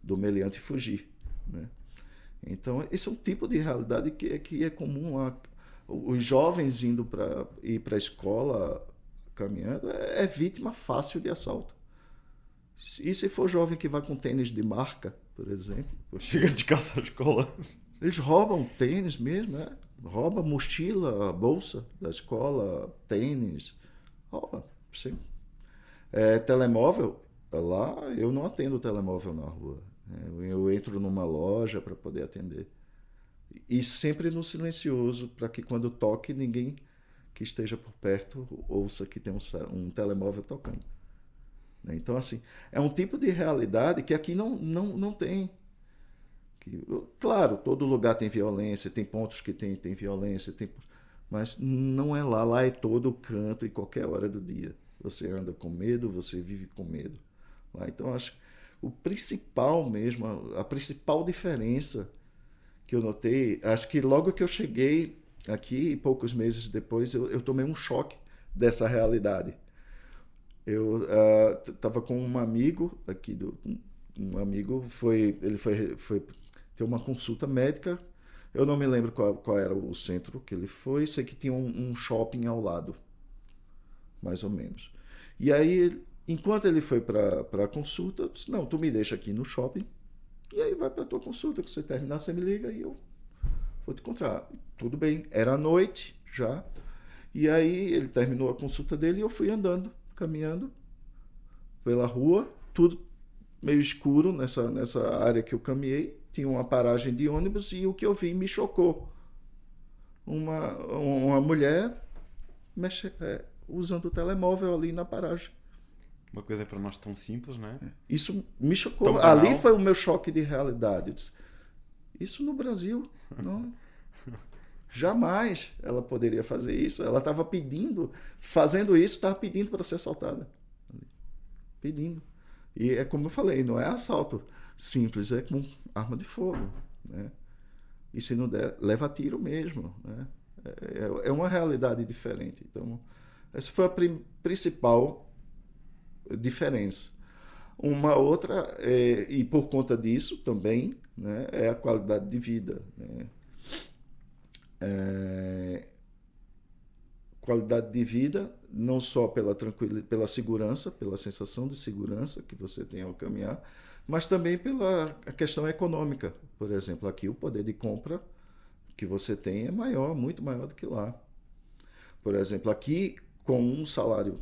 S2: do meliante fugir, né? Então, esse é um tipo de realidade que é comum. Os jovens indo para ir para a escola caminhando é vítima fácil de assalto. E se for jovem que vai com tênis de marca, por exemplo?
S1: Chega de calça à escola.
S2: Eles roubam tênis mesmo, né? Rouba mochila, bolsa da escola, tênis. Rouba, sim. Telemóvel, lá eu não atendo telemóvel na rua. Eu entro numa loja para poder atender. E sempre no silencioso, para que quando toque, ninguém que esteja por perto ouça que tem um telemóvel tocando. Então, assim, é um tipo de realidade que aqui não tem. Claro, todo lugar tem violência, tem pontos que tem violência, mas não é lá. Lá é todo canto e qualquer hora do dia. Você anda com medo, você vive com medo. Lá, então, acho que o principal mesmo, a principal diferença que eu notei, acho que logo que eu cheguei aqui, poucos meses depois, eu tomei um choque dessa realidade. Eu estava com um amigo aqui, um amigo ele foi ter uma consulta médica. Eu não me lembro qual era o centro que ele foi, sei que tinha um shopping ao lado, mais ou menos. E aí, enquanto ele foi para a consulta, eu disse, não, tu me deixa aqui no shopping, e aí vai para a tua consulta, que você terminar, você me liga e eu vou te encontrar. Tudo bem, era noite já, e aí ele terminou a consulta dele e eu fui andando, caminhando pela rua, tudo meio escuro nessa área que eu caminhei, tinha uma paragem de ônibus e o que eu vi me chocou. Uma mulher usando o telemóvel ali na paragem.
S1: Uma coisa para nós tão simples, não é?
S2: Isso me chocou. Ali foi o meu choque de realidade. Eu disse, isso no Brasil, não. Jamais ela poderia fazer isso. Ela estava fazendo isso, estava pedindo para ser assaltada. Pedindo. E é como eu falei, não é assalto simples, é com arma de fogo, né? E se não der, leva tiro mesmo, né? É uma realidade diferente. Então, essa foi a principal diferença. Uma outra, e por conta disso também, né, é a qualidade de vida, né? Qualidade de vida não só pela segurança, pela sensação de segurança que você tem ao caminhar, mas também pela questão econômica. Por exemplo, aqui o poder de compra que você tem é maior, muito maior do que lá. Por exemplo, aqui com um salário,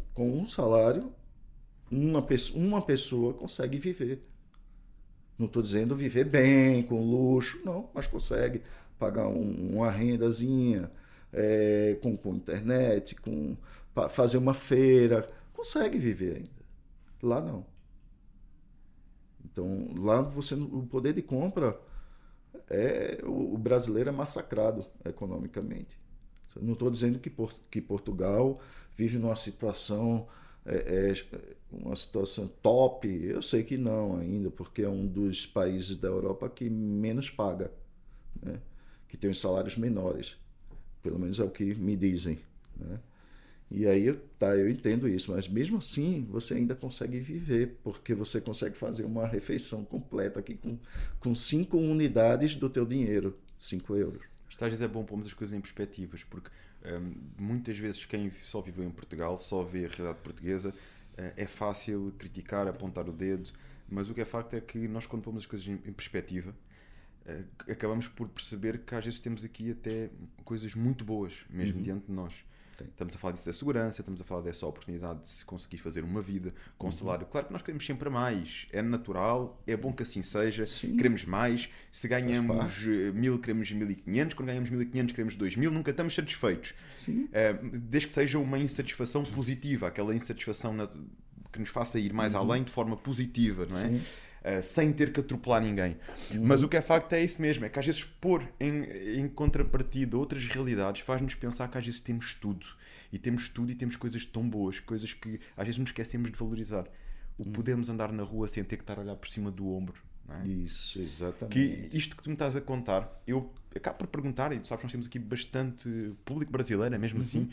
S2: uma pessoa consegue viver. Não estou dizendo viver bem, com luxo, não, mas consegue pagar uma rendazinha, com internet, fazer uma feira, consegue viver ainda. Lá não. Então, lá o poder de compra, o brasileiro é massacrado economicamente. Não estou dizendo que Portugal vive numa situação uma situação top. Eu sei que não ainda, porque é um dos países da Europa que menos paga, né? Que tem os salários menores, pelo menos é o que me dizem, né? E aí eu entendo isso, mas mesmo assim você ainda consegue viver, porque você consegue fazer uma refeição completa aqui com 5 unidades do teu dinheiro, 5 euros.
S1: Às vezes é bom pormos as coisas em perspectivas, porque muitas vezes quem só viveu em Portugal, só vê a realidade portuguesa, é fácil criticar, apontar o dedo, mas o que é facto é que nós, quando pomos as coisas em perspectiva, acabamos por perceber que às vezes temos aqui até coisas muito boas, mesmo diante de nós. Sim. Estamos a falar disso da segurança, estamos a falar dessa oportunidade de se conseguir fazer uma vida com salário. Claro que nós queremos sempre mais, é natural, é bom que assim seja. Sim. Queremos mais. Se ganhamos 1.000, queremos 1.500. Quando ganhamos 1.500, queremos 2.000. Nunca estamos satisfeitos. Desde que seja uma insatisfação positiva, aquela insatisfação que nos faça ir mais além de forma positiva, não é? Sim. Sem ter que atropelar ninguém. Mas o que é facto é isso mesmo, é que às vezes pôr em contrapartida outras realidades faz-nos pensar que às vezes temos tudo e temos coisas tão boas, coisas que às vezes nos esquecemos de valorizar. O podermos andar na rua sem ter que estar a olhar por cima do ombro, não é?
S2: Isso, exatamente.
S1: Que isto que tu me estás a contar, eu acabo por perguntar, e sabes, nós temos aqui bastante público brasileiro, é mesmo assim,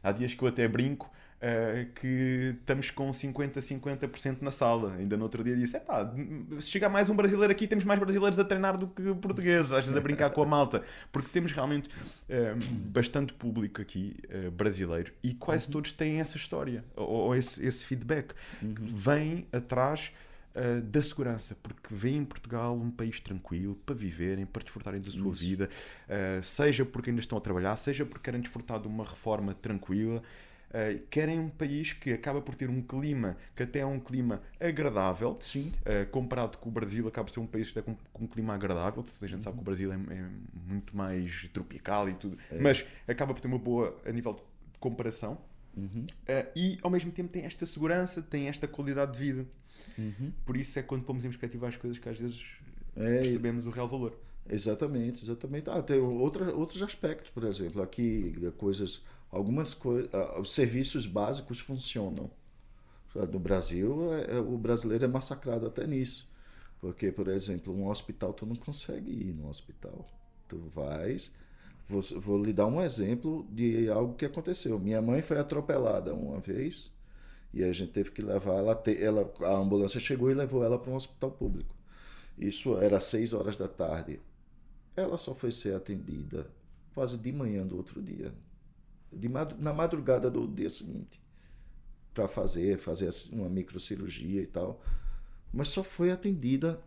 S1: Há dias que eu até brinco que estamos com 50% na sala. Ainda no outro dia disse, se chegar mais um brasileiro aqui, temos mais brasileiros a treinar do que portugueses, às vezes a brincar com a malta, porque temos realmente bastante público aqui brasileiro, e quase todos têm essa história, ou esse feedback, que vem atrás da segurança, porque vêem em Portugal um país tranquilo para viverem, para desfrutarem da sua vida, seja porque ainda estão a trabalhar, seja porque querem desfrutar de uma reforma tranquila. Querem um país que acaba por ter um clima que até é um clima agradável.
S2: Sim.
S1: Comparado com o Brasil, acaba por ser um país que está com um clima agradável. A gente sabe que o Brasil é muito mais tropical e tudo, mas acaba por ter uma boa a nível de comparação. E ao mesmo tempo tem esta segurança, tem esta qualidade de vida. Por isso é quando pomos em perspectiva as coisas que às vezes percebemos o real valor.
S2: Exatamente. Tem outros aspectos, por exemplo, aqui algumas coisas, os serviços básicos funcionam. No Brasil, o brasileiro é massacrado até nisso. Porque, por exemplo, um hospital, tu não consegue ir no hospital. Tu vais... Vou lhe dar um exemplo de algo que aconteceu. Minha mãe foi atropelada uma vez e a gente teve que levar ela. A ambulância chegou e levou ela para um hospital público. Isso era 6 horas da tarde. Ela só foi ser atendida quase de manhã do outro dia. Na madrugada do dia seguinte. Para fazer uma microcirurgia e tal. Mas só foi atendida.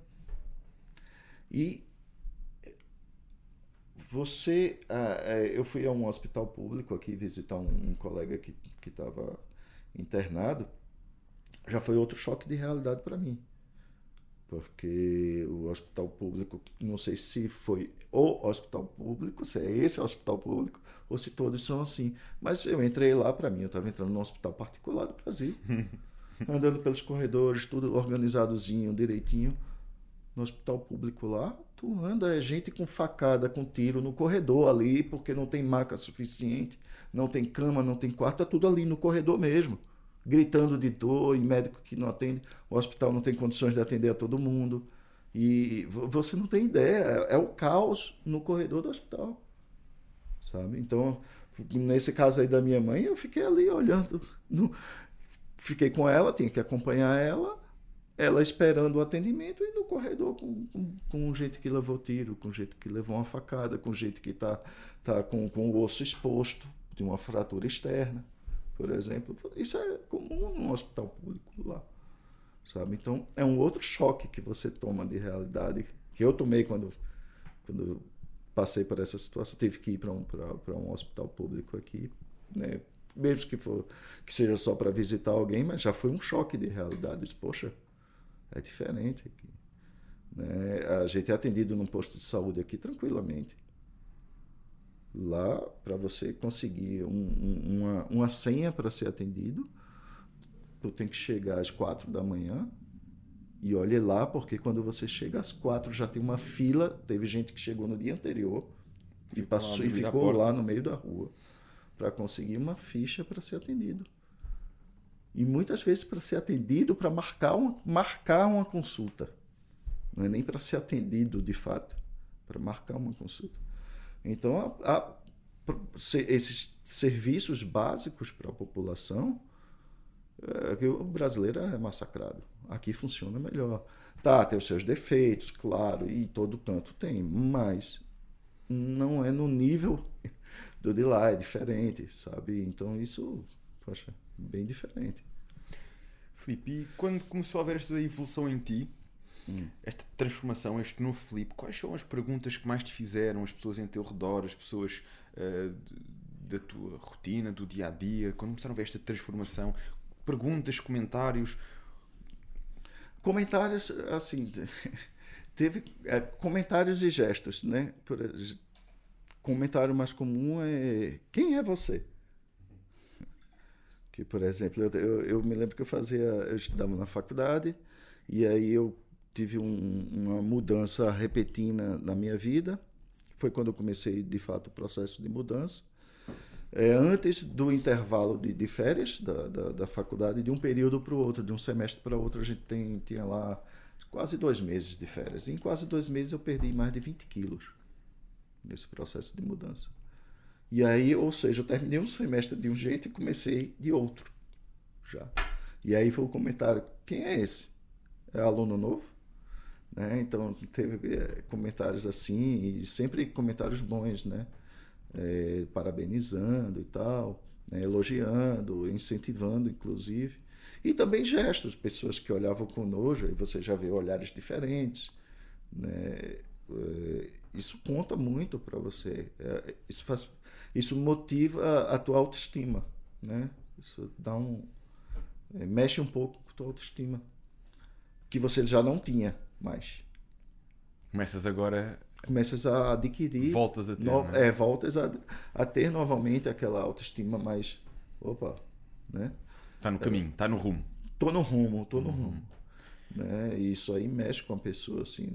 S2: E eu fui a um hospital público aqui visitar um colega que estava internado. Já foi outro choque de realidade para mim. Porque o hospital público, não sei se foi o hospital público, se é esse hospital público, ou se todos são assim. Mas eu entrei lá, para mim, eu estava entrando num hospital particular do Brasil. Andando pelos corredores, tudo organizadozinho, direitinho. No hospital público lá, tu anda, é gente com facada, com tiro no corredor ali, porque não tem maca suficiente, não tem cama, não tem quarto, é tudo ali no corredor mesmo. Gritando de dor, e médico que não atende, o hospital não tem condições de atender a todo mundo. E você não tem ideia, é o caos no corredor do hospital. Sabe? Então, nesse caso aí da minha mãe, eu fiquei ali olhando. Fiquei com ela, tinha que acompanhar ela esperando o atendimento, e no corredor com gente que levou tiro, com gente que levou uma facada, com gente que tá com o osso exposto, de uma fratura externa, por exemplo. Isso é comum no hospital público lá, sabe? Então, é um outro choque que você toma de realidade, que eu tomei quando passei por essa situação. Tive que ir para um hospital público aqui, né? Mesmo que seja só para visitar alguém, mas já foi um choque de realidade. Disse, poxa, é diferente aqui, né? A gente é atendido num posto de saúde aqui tranquilamente. Lá, para você conseguir uma senha para ser atendido, tu tem que chegar às 4 da manhã, e olhe lá, porque quando você chega às 4 já tem uma fila. Teve gente que chegou no dia anterior e ficou lá no meio da rua para conseguir uma ficha para ser atendido. E muitas vezes para ser atendido, para marcar uma consulta. Não é nem para ser atendido de fato, para marcar uma consulta. Então, esses serviços básicos para a população, o brasileiro é massacrado. Aqui funciona melhor. Tem os seus defeitos, claro, e todo canto tem, mas não é no nível do de lá, é diferente, sabe? Então, isso, poxa, bem diferente.
S1: Filipe, e quando começou a haver esta evolução em ti, esta transformação, este novo Filipe, quais são as perguntas que mais te fizeram as pessoas em teu redor, as pessoas da tua rotina, do dia a dia, quando começaram a ver esta transformação? Perguntas, comentários?
S2: Comentários, assim, teve comentários e gestos, né? Comentário mais comum é: quem é você? Que, por exemplo, eu me lembro que eu estudava na faculdade, e aí eu tive uma mudança repentina na minha vida. Foi quando eu comecei, de fato, o processo de mudança. Antes do intervalo de férias da faculdade, de um período para o outro, de um semestre para outro, a gente tinha lá quase 2 meses de férias. E em quase 2 meses eu perdi mais de 20 quilos nesse processo de mudança. E aí, ou seja, eu terminei um semestre de um jeito e comecei de outro já. E aí foi o comentário, quem é esse? É aluno novo? Né? Então teve comentários assim, e sempre comentários bons, né? Parabenizando e tal, né? Elogiando, incentivando, inclusive. E também gestos, pessoas que olhavam com nojo, e você já vê olhares diferentes, né? Isso conta muito para você. Isso motiva a tua autoestima, né? Isso mexe um pouco com a tua autoestima, que você já não tinha mais.
S1: Começas agora...
S2: Começas a adquirir...
S1: Voltas a ter,
S2: voltas a ter novamente aquela autoestima mais... Opa, né?
S1: Está no caminho, está no rumo.
S2: Tô no rumo. Né? E isso aí mexe com a pessoa, assim.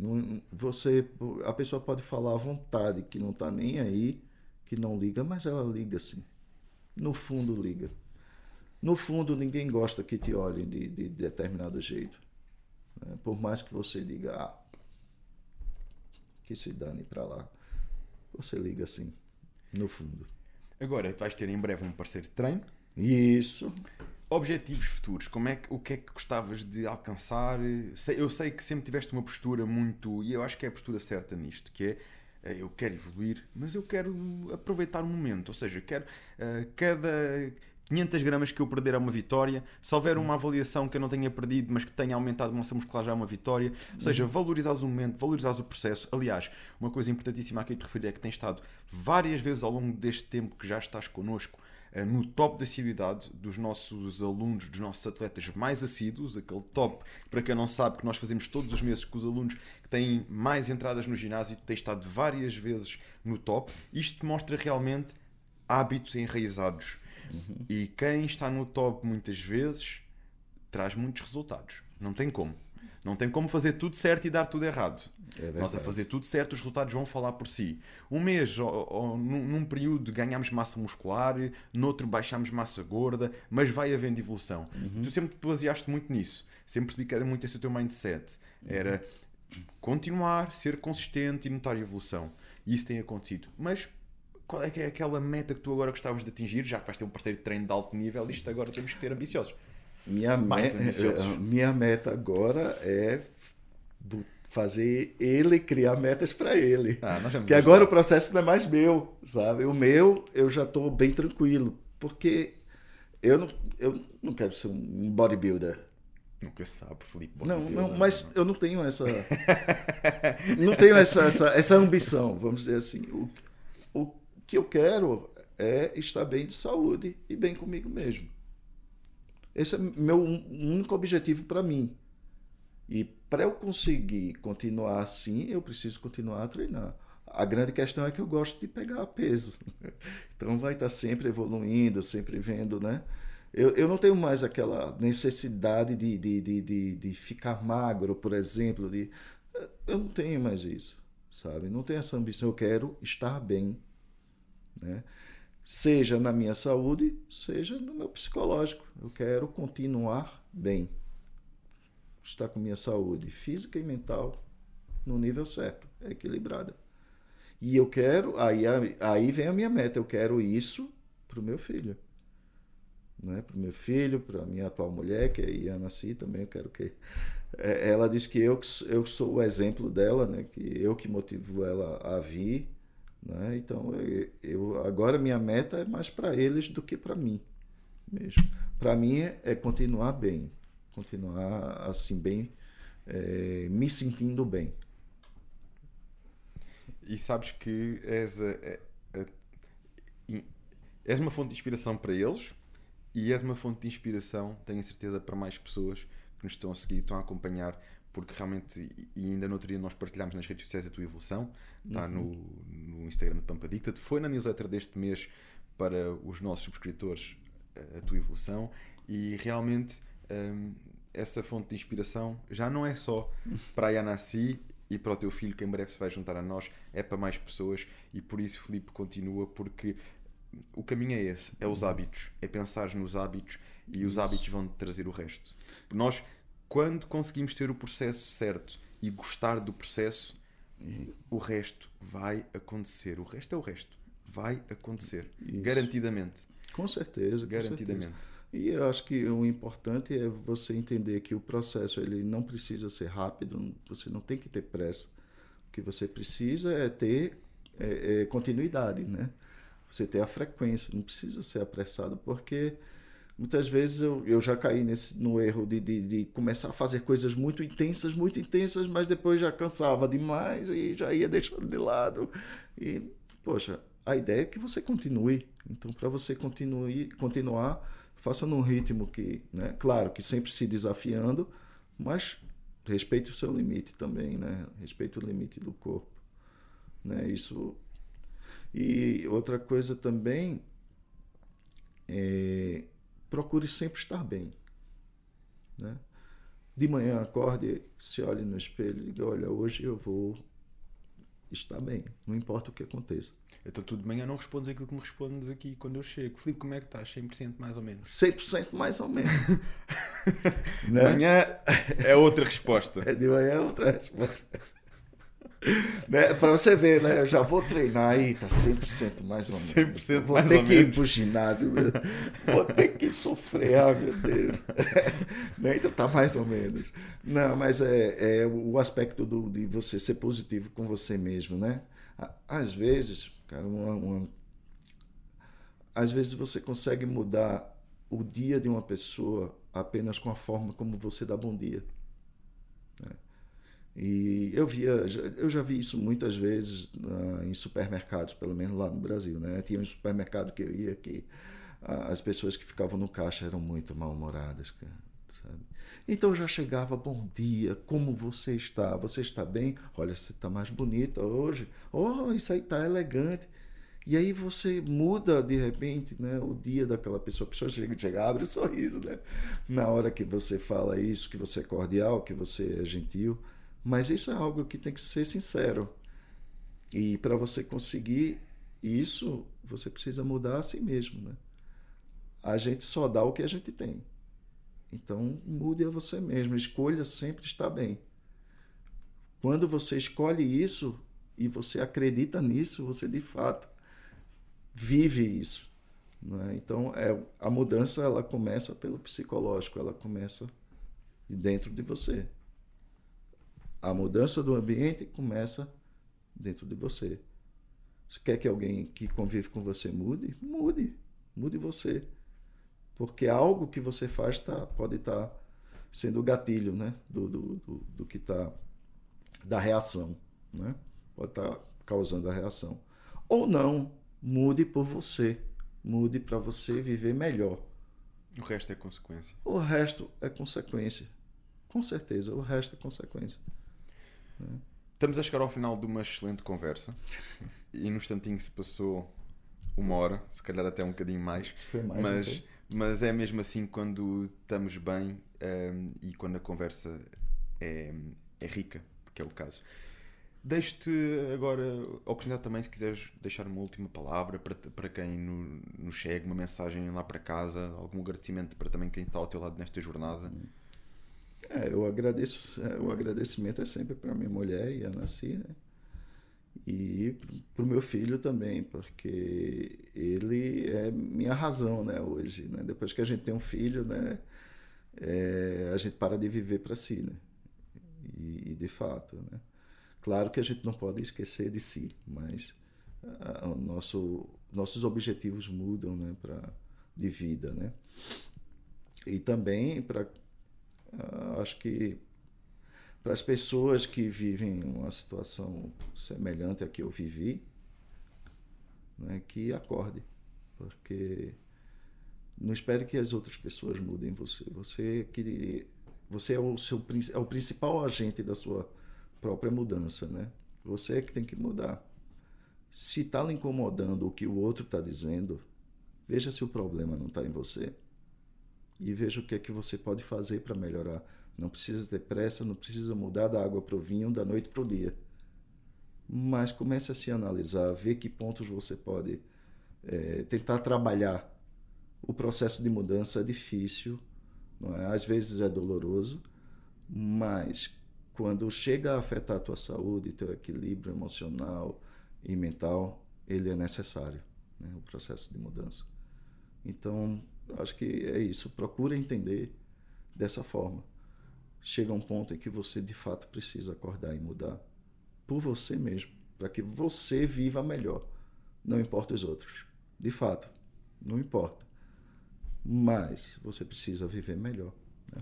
S2: A pessoa pode falar à vontade que não está nem aí, que não liga, mas ela liga, sim. No fundo, liga. No fundo, ninguém gosta que te olhem de determinado jeito. Né? Por mais que você diga, que se dane para lá, você liga assim, no fundo.
S1: Agora, tu vais ter em breve um parceiro de treino.
S2: Isso.
S1: Objetivos futuros, o que é que gostavas de alcançar? Eu sei que sempre tiveste uma postura muito, e eu acho que é a postura certa nisto, que é, eu quero evoluir, mas eu quero aproveitar o momento, ou seja, quero cada 500 gramas que eu perder é uma vitória, se houver uma avaliação que eu não tenha perdido, mas que tenha aumentado a massa muscular já é uma vitória, ou seja, valorizares o momento, valorizares o processo. Aliás, uma coisa importantíssima aqui te referir é que tens estado várias vezes ao longo deste tempo que já estás connosco, no top da assiduidade dos nossos alunos, dos nossos atletas mais assíduos, aquele top, para quem não sabe, que nós fazemos todos os meses com os alunos que têm mais entradas no ginásio, tens estado várias vezes no top. Isto mostra realmente hábitos enraizados. E quem está no top muitas vezes traz muitos resultados. Não tem como. Não tem como fazer tudo certo e dar tudo errado. Nós a fazer tudo certo, os resultados vão falar por si. Um mês, ou num período, ganhamos massa muscular, noutro baixamos massa gorda, mas vai havendo evolução. Tu sempre te baseaste muito nisso. Sempre percebi que era muito esse o teu mindset. Era continuar, ser consistente e notar a evolução. E isso tem acontecido. Mas qual é que é aquela meta que tu agora gostavas de atingir? Já que vais ter um parceiro de treino de alto nível, isto agora temos que ser ambiciosos.
S2: Minha meta agora é fazer ele criar metas para ele. Que agora o processo não é mais meu, sabe? O meu, eu já estou bem tranquilo, porque eu não quero ser um bodybuilder.
S1: Nunca se sabe, Filipe.
S2: Não, mas eu não tenho essa não tenho essa ambição, vamos dizer assim. O que eu quero é estar bem de saúde e bem comigo mesmo. Esse é meu único objetivo para mim. E para eu conseguir continuar assim, eu preciso continuar a treinar. A grande questão é que eu gosto de pegar peso. Então vai estar sempre evoluindo, sempre vendo, né? Eu não tenho mais aquela necessidade de ficar magro, por exemplo. Eu não tenho mais isso, sabe? Não tenho essa ambição. Eu quero estar bem, né? Seja na minha saúde, seja no meu psicológico. Eu quero continuar bem. Estar com minha saúde física e mental no nível certo, equilibrada. E eu quero, aí vem a minha meta, eu quero isso para o meu filho. Né? Para o meu filho, para a minha atual mulher, que é a Iana Si, também eu quero que... Ela diz que eu sou o exemplo dela, né? Que eu que motivo ela a vir. Né? Então, agora minha meta é mais para eles do que para mim mesmo. Para mim é continuar bem, continuar assim bem, me sentindo bem.
S1: E sabes que és uma fonte de inspiração para eles e és uma fonte de inspiração, tenho a certeza, para mais pessoas que nos estão a seguir, estão a acompanhar, porque realmente, e ainda no outro dia nós partilhámos nas redes sociais a tua evolução, está no Instagram de Pampa Dicta, foi na newsletter deste mês para os nossos subscritores a tua evolução, e realmente essa fonte de inspiração já não é só para a Iana Si e para o teu filho, que em breve se vai juntar a nós, é para mais pessoas, e por isso, Filipe, continua, porque o caminho é esse, é os hábitos, é pensar nos hábitos, e os hábitos vão trazer o resto. Nós, quando conseguimos ter o processo certo e gostar do processo, o resto vai acontecer. O resto é o resto. vai acontecer.
S2: Isso.
S1: Garantidamente.
S2: Com certeza.
S1: Garantidamente.
S2: Com certeza. E eu acho que o importante é você entender que o processo ele não precisa ser rápido, você não tem que ter pressa. O que você precisa é ter continuidade, né? Você ter a frequência, não precisa ser apressado, porque muitas vezes eu já caí no erro de começar a fazer coisas muito intensas, mas depois já cansava demais e já ia deixando de lado. E, poxa, a ideia é que você continue. Então, para você continuar, faça num ritmo que, né, claro, que sempre se desafiando, mas respeite o seu limite também, né? Respeite o limite do corpo, né? Isso. E outra coisa também procure sempre estar bem, né? De manhã acorde, se olhe no espelho e diga, olha, hoje eu vou estar bem, não importa o que aconteça.
S1: Então tu de manhã não respondes aquilo que me respondes aqui quando eu chego. Filipe, como é que estás? 100% mais ou menos?
S2: 100% mais ou menos.
S1: De manhã é outra resposta.
S2: De manhã é outra resposta. Né? Para você ver, né? Eu já vou treinar aí, tá 100% mais ou menos.
S1: 100%
S2: vou
S1: mais
S2: ter
S1: ou
S2: que ir
S1: menos.
S2: pro ginásio, vou ter que sofrer, meu Deus. Ainda tá mais ou menos. Não, mas é o aspecto de você ser positivo com você mesmo, né? Às vezes, cara, às vezes você consegue mudar o dia de uma pessoa apenas com a forma como você dá bom dia, né? E eu já vi isso muitas vezes em supermercados, pelo menos lá no Brasil, né? Tinha um supermercado que eu ia que as pessoas que ficavam no caixa eram muito mal-humoradas, cara, sabe? Então eu já chegava, bom dia, como você está? Você está bem? Olha, você está mais bonita hoje. Oh, isso aí está elegante. E aí você muda, de repente, né, o dia daquela pessoa. A pessoa chega, abre o sorriso, né? Na hora que você fala isso, que você é cordial, que você é gentil. Mas isso é algo que tem que ser sincero. E para você conseguir isso, você precisa mudar a si mesmo, né? A gente só dá o que a gente tem. Então, mude a você mesmo. Escolha sempre estar bem. Quando você escolhe isso e você acredita nisso, você de fato vive isso, né? Então, a mudança ela começa pelo psicológico, ela começa de dentro de você. A mudança do ambiente começa dentro de você. Você quer que alguém que convive com você mude? Mude você. Porque algo que você faz pode estar sendo o gatilho, né? do que está, da reação, né? Pode estar causando a reação. Ou não, mude por você. Mude para você viver melhor.
S1: O resto é consequência.
S2: O resto é consequência. Com certeza, o resto é consequência.
S1: Estamos a chegar ao final de uma excelente conversa. E no instantinho se passou 1 hora, se calhar até um bocadinho mais.
S2: Foi mais,
S1: mas é mesmo assim quando estamos bem e quando a conversa é rica, que é o caso. Deixo-te agora a oportunidade também, se quiseres deixar uma última palavra para quem nos segue, uma mensagem lá para casa, algum agradecimento para também quem está ao teu lado nesta jornada.
S2: Eu agradeço. O agradecimento é sempre para minha mulher e a Nancy, né? E para o meu filho também, porque ele é minha razão, né, hoje, né? Depois que a gente tem um filho, né, a gente para de viver para si, né? E de fato, né? Claro que a gente não pode esquecer de si, mas nossos objetivos mudam, né, de vida, né? E também acho que para as pessoas que vivem uma situação semelhante à que eu vivi, né, que acorde, porque não espere que as outras pessoas mudem você. Você é o principal agente da sua própria mudança, né? Você é que tem que mudar. Se está lhe incomodando o que o outro está dizendo, veja se o problema não está em você. E veja o que é que você pode fazer para melhorar. Não precisa ter pressa, não precisa mudar da água para o vinho, da noite para o dia. Mas comece a se analisar, ver que pontos você pode tentar trabalhar. O processo de mudança é difícil, não é? Às vezes é doloroso, mas quando chega a afetar a tua saúde, teu equilíbrio emocional e mental, ele é necessário, né? O processo de mudança. Então, acho que é isso. Procura entender dessa forma. Chega um ponto em que você, de fato, precisa acordar e mudar por você mesmo, para que você viva melhor. Não importa os outros. De fato, não importa. Mas você precisa viver melhor. Né?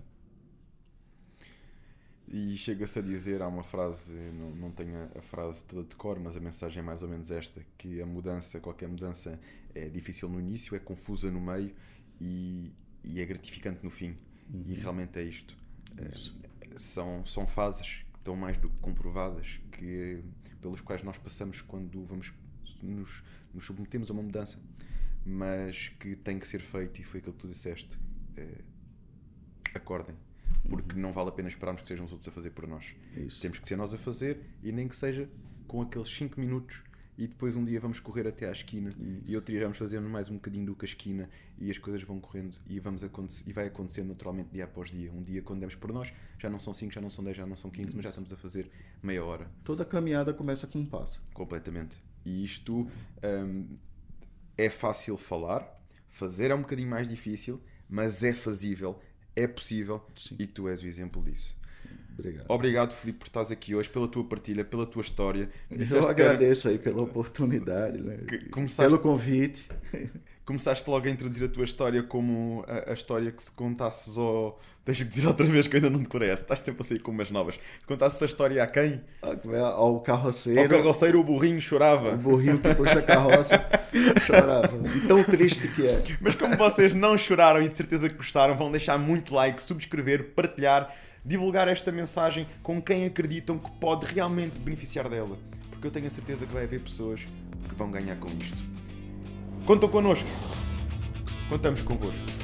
S1: E chega-se a dizer, há uma frase, não tenho a frase toda de cor, mas a mensagem é mais ou menos esta, que a mudança, qualquer mudança é difícil no início, é confusa no meio e é gratificante no fim. E realmente é isto. São fases que estão mais do que comprovadas, pelos quais nós passamos quando nos submetemos a uma mudança, mas que tem que ser feito, e foi aquilo que tu disseste. Acordem, porque não vale a pena esperarmos que sejam os outros a fazer por nós.
S2: Isso.
S1: Temos que ser nós a fazer, e nem que seja com aqueles 5 minutos, e depois um dia vamos correr até à esquina. Isso. E outro dia vamos fazer mais um bocadinho do que a esquina, e as coisas vão correndo e vai acontecendo naturalmente dia após dia. Um dia, quando demos por nós, já não são 5, já não são 10, já não são 15, Isso. Mas já estamos a fazer meia hora.
S2: Toda caminhada começa com um passo.
S1: Completamente. E isto é fácil falar, fazer é um bocadinho mais difícil, mas é fazível, é possível. Sim. E tu és o exemplo disso. Obrigado, Filipe, por estares aqui hoje, pela tua partilha, pela tua história.
S2: Eu agradeço aí pela oportunidade, né? Pelo convite.
S1: Começaste logo a introduzir a tua história como a história que se contasses ao... Deixa-me dizer outra vez que eu ainda não decorei essa. Estás sempre a sair com umas novas. Contasses a história a quem?
S2: Ao carroceiro.
S1: Ao carroceiro, o burrinho chorava.
S2: O burrinho que puxa a carroça chorava. E tão triste que é.
S1: Mas como vocês não choraram e de certeza que gostaram, vão deixar muito like, subscrever, partilhar, divulgar esta mensagem com quem acreditam que pode realmente beneficiar dela. Porque eu tenho a certeza que vai haver pessoas que vão ganhar com isto. Contam connosco. Contamos convosco.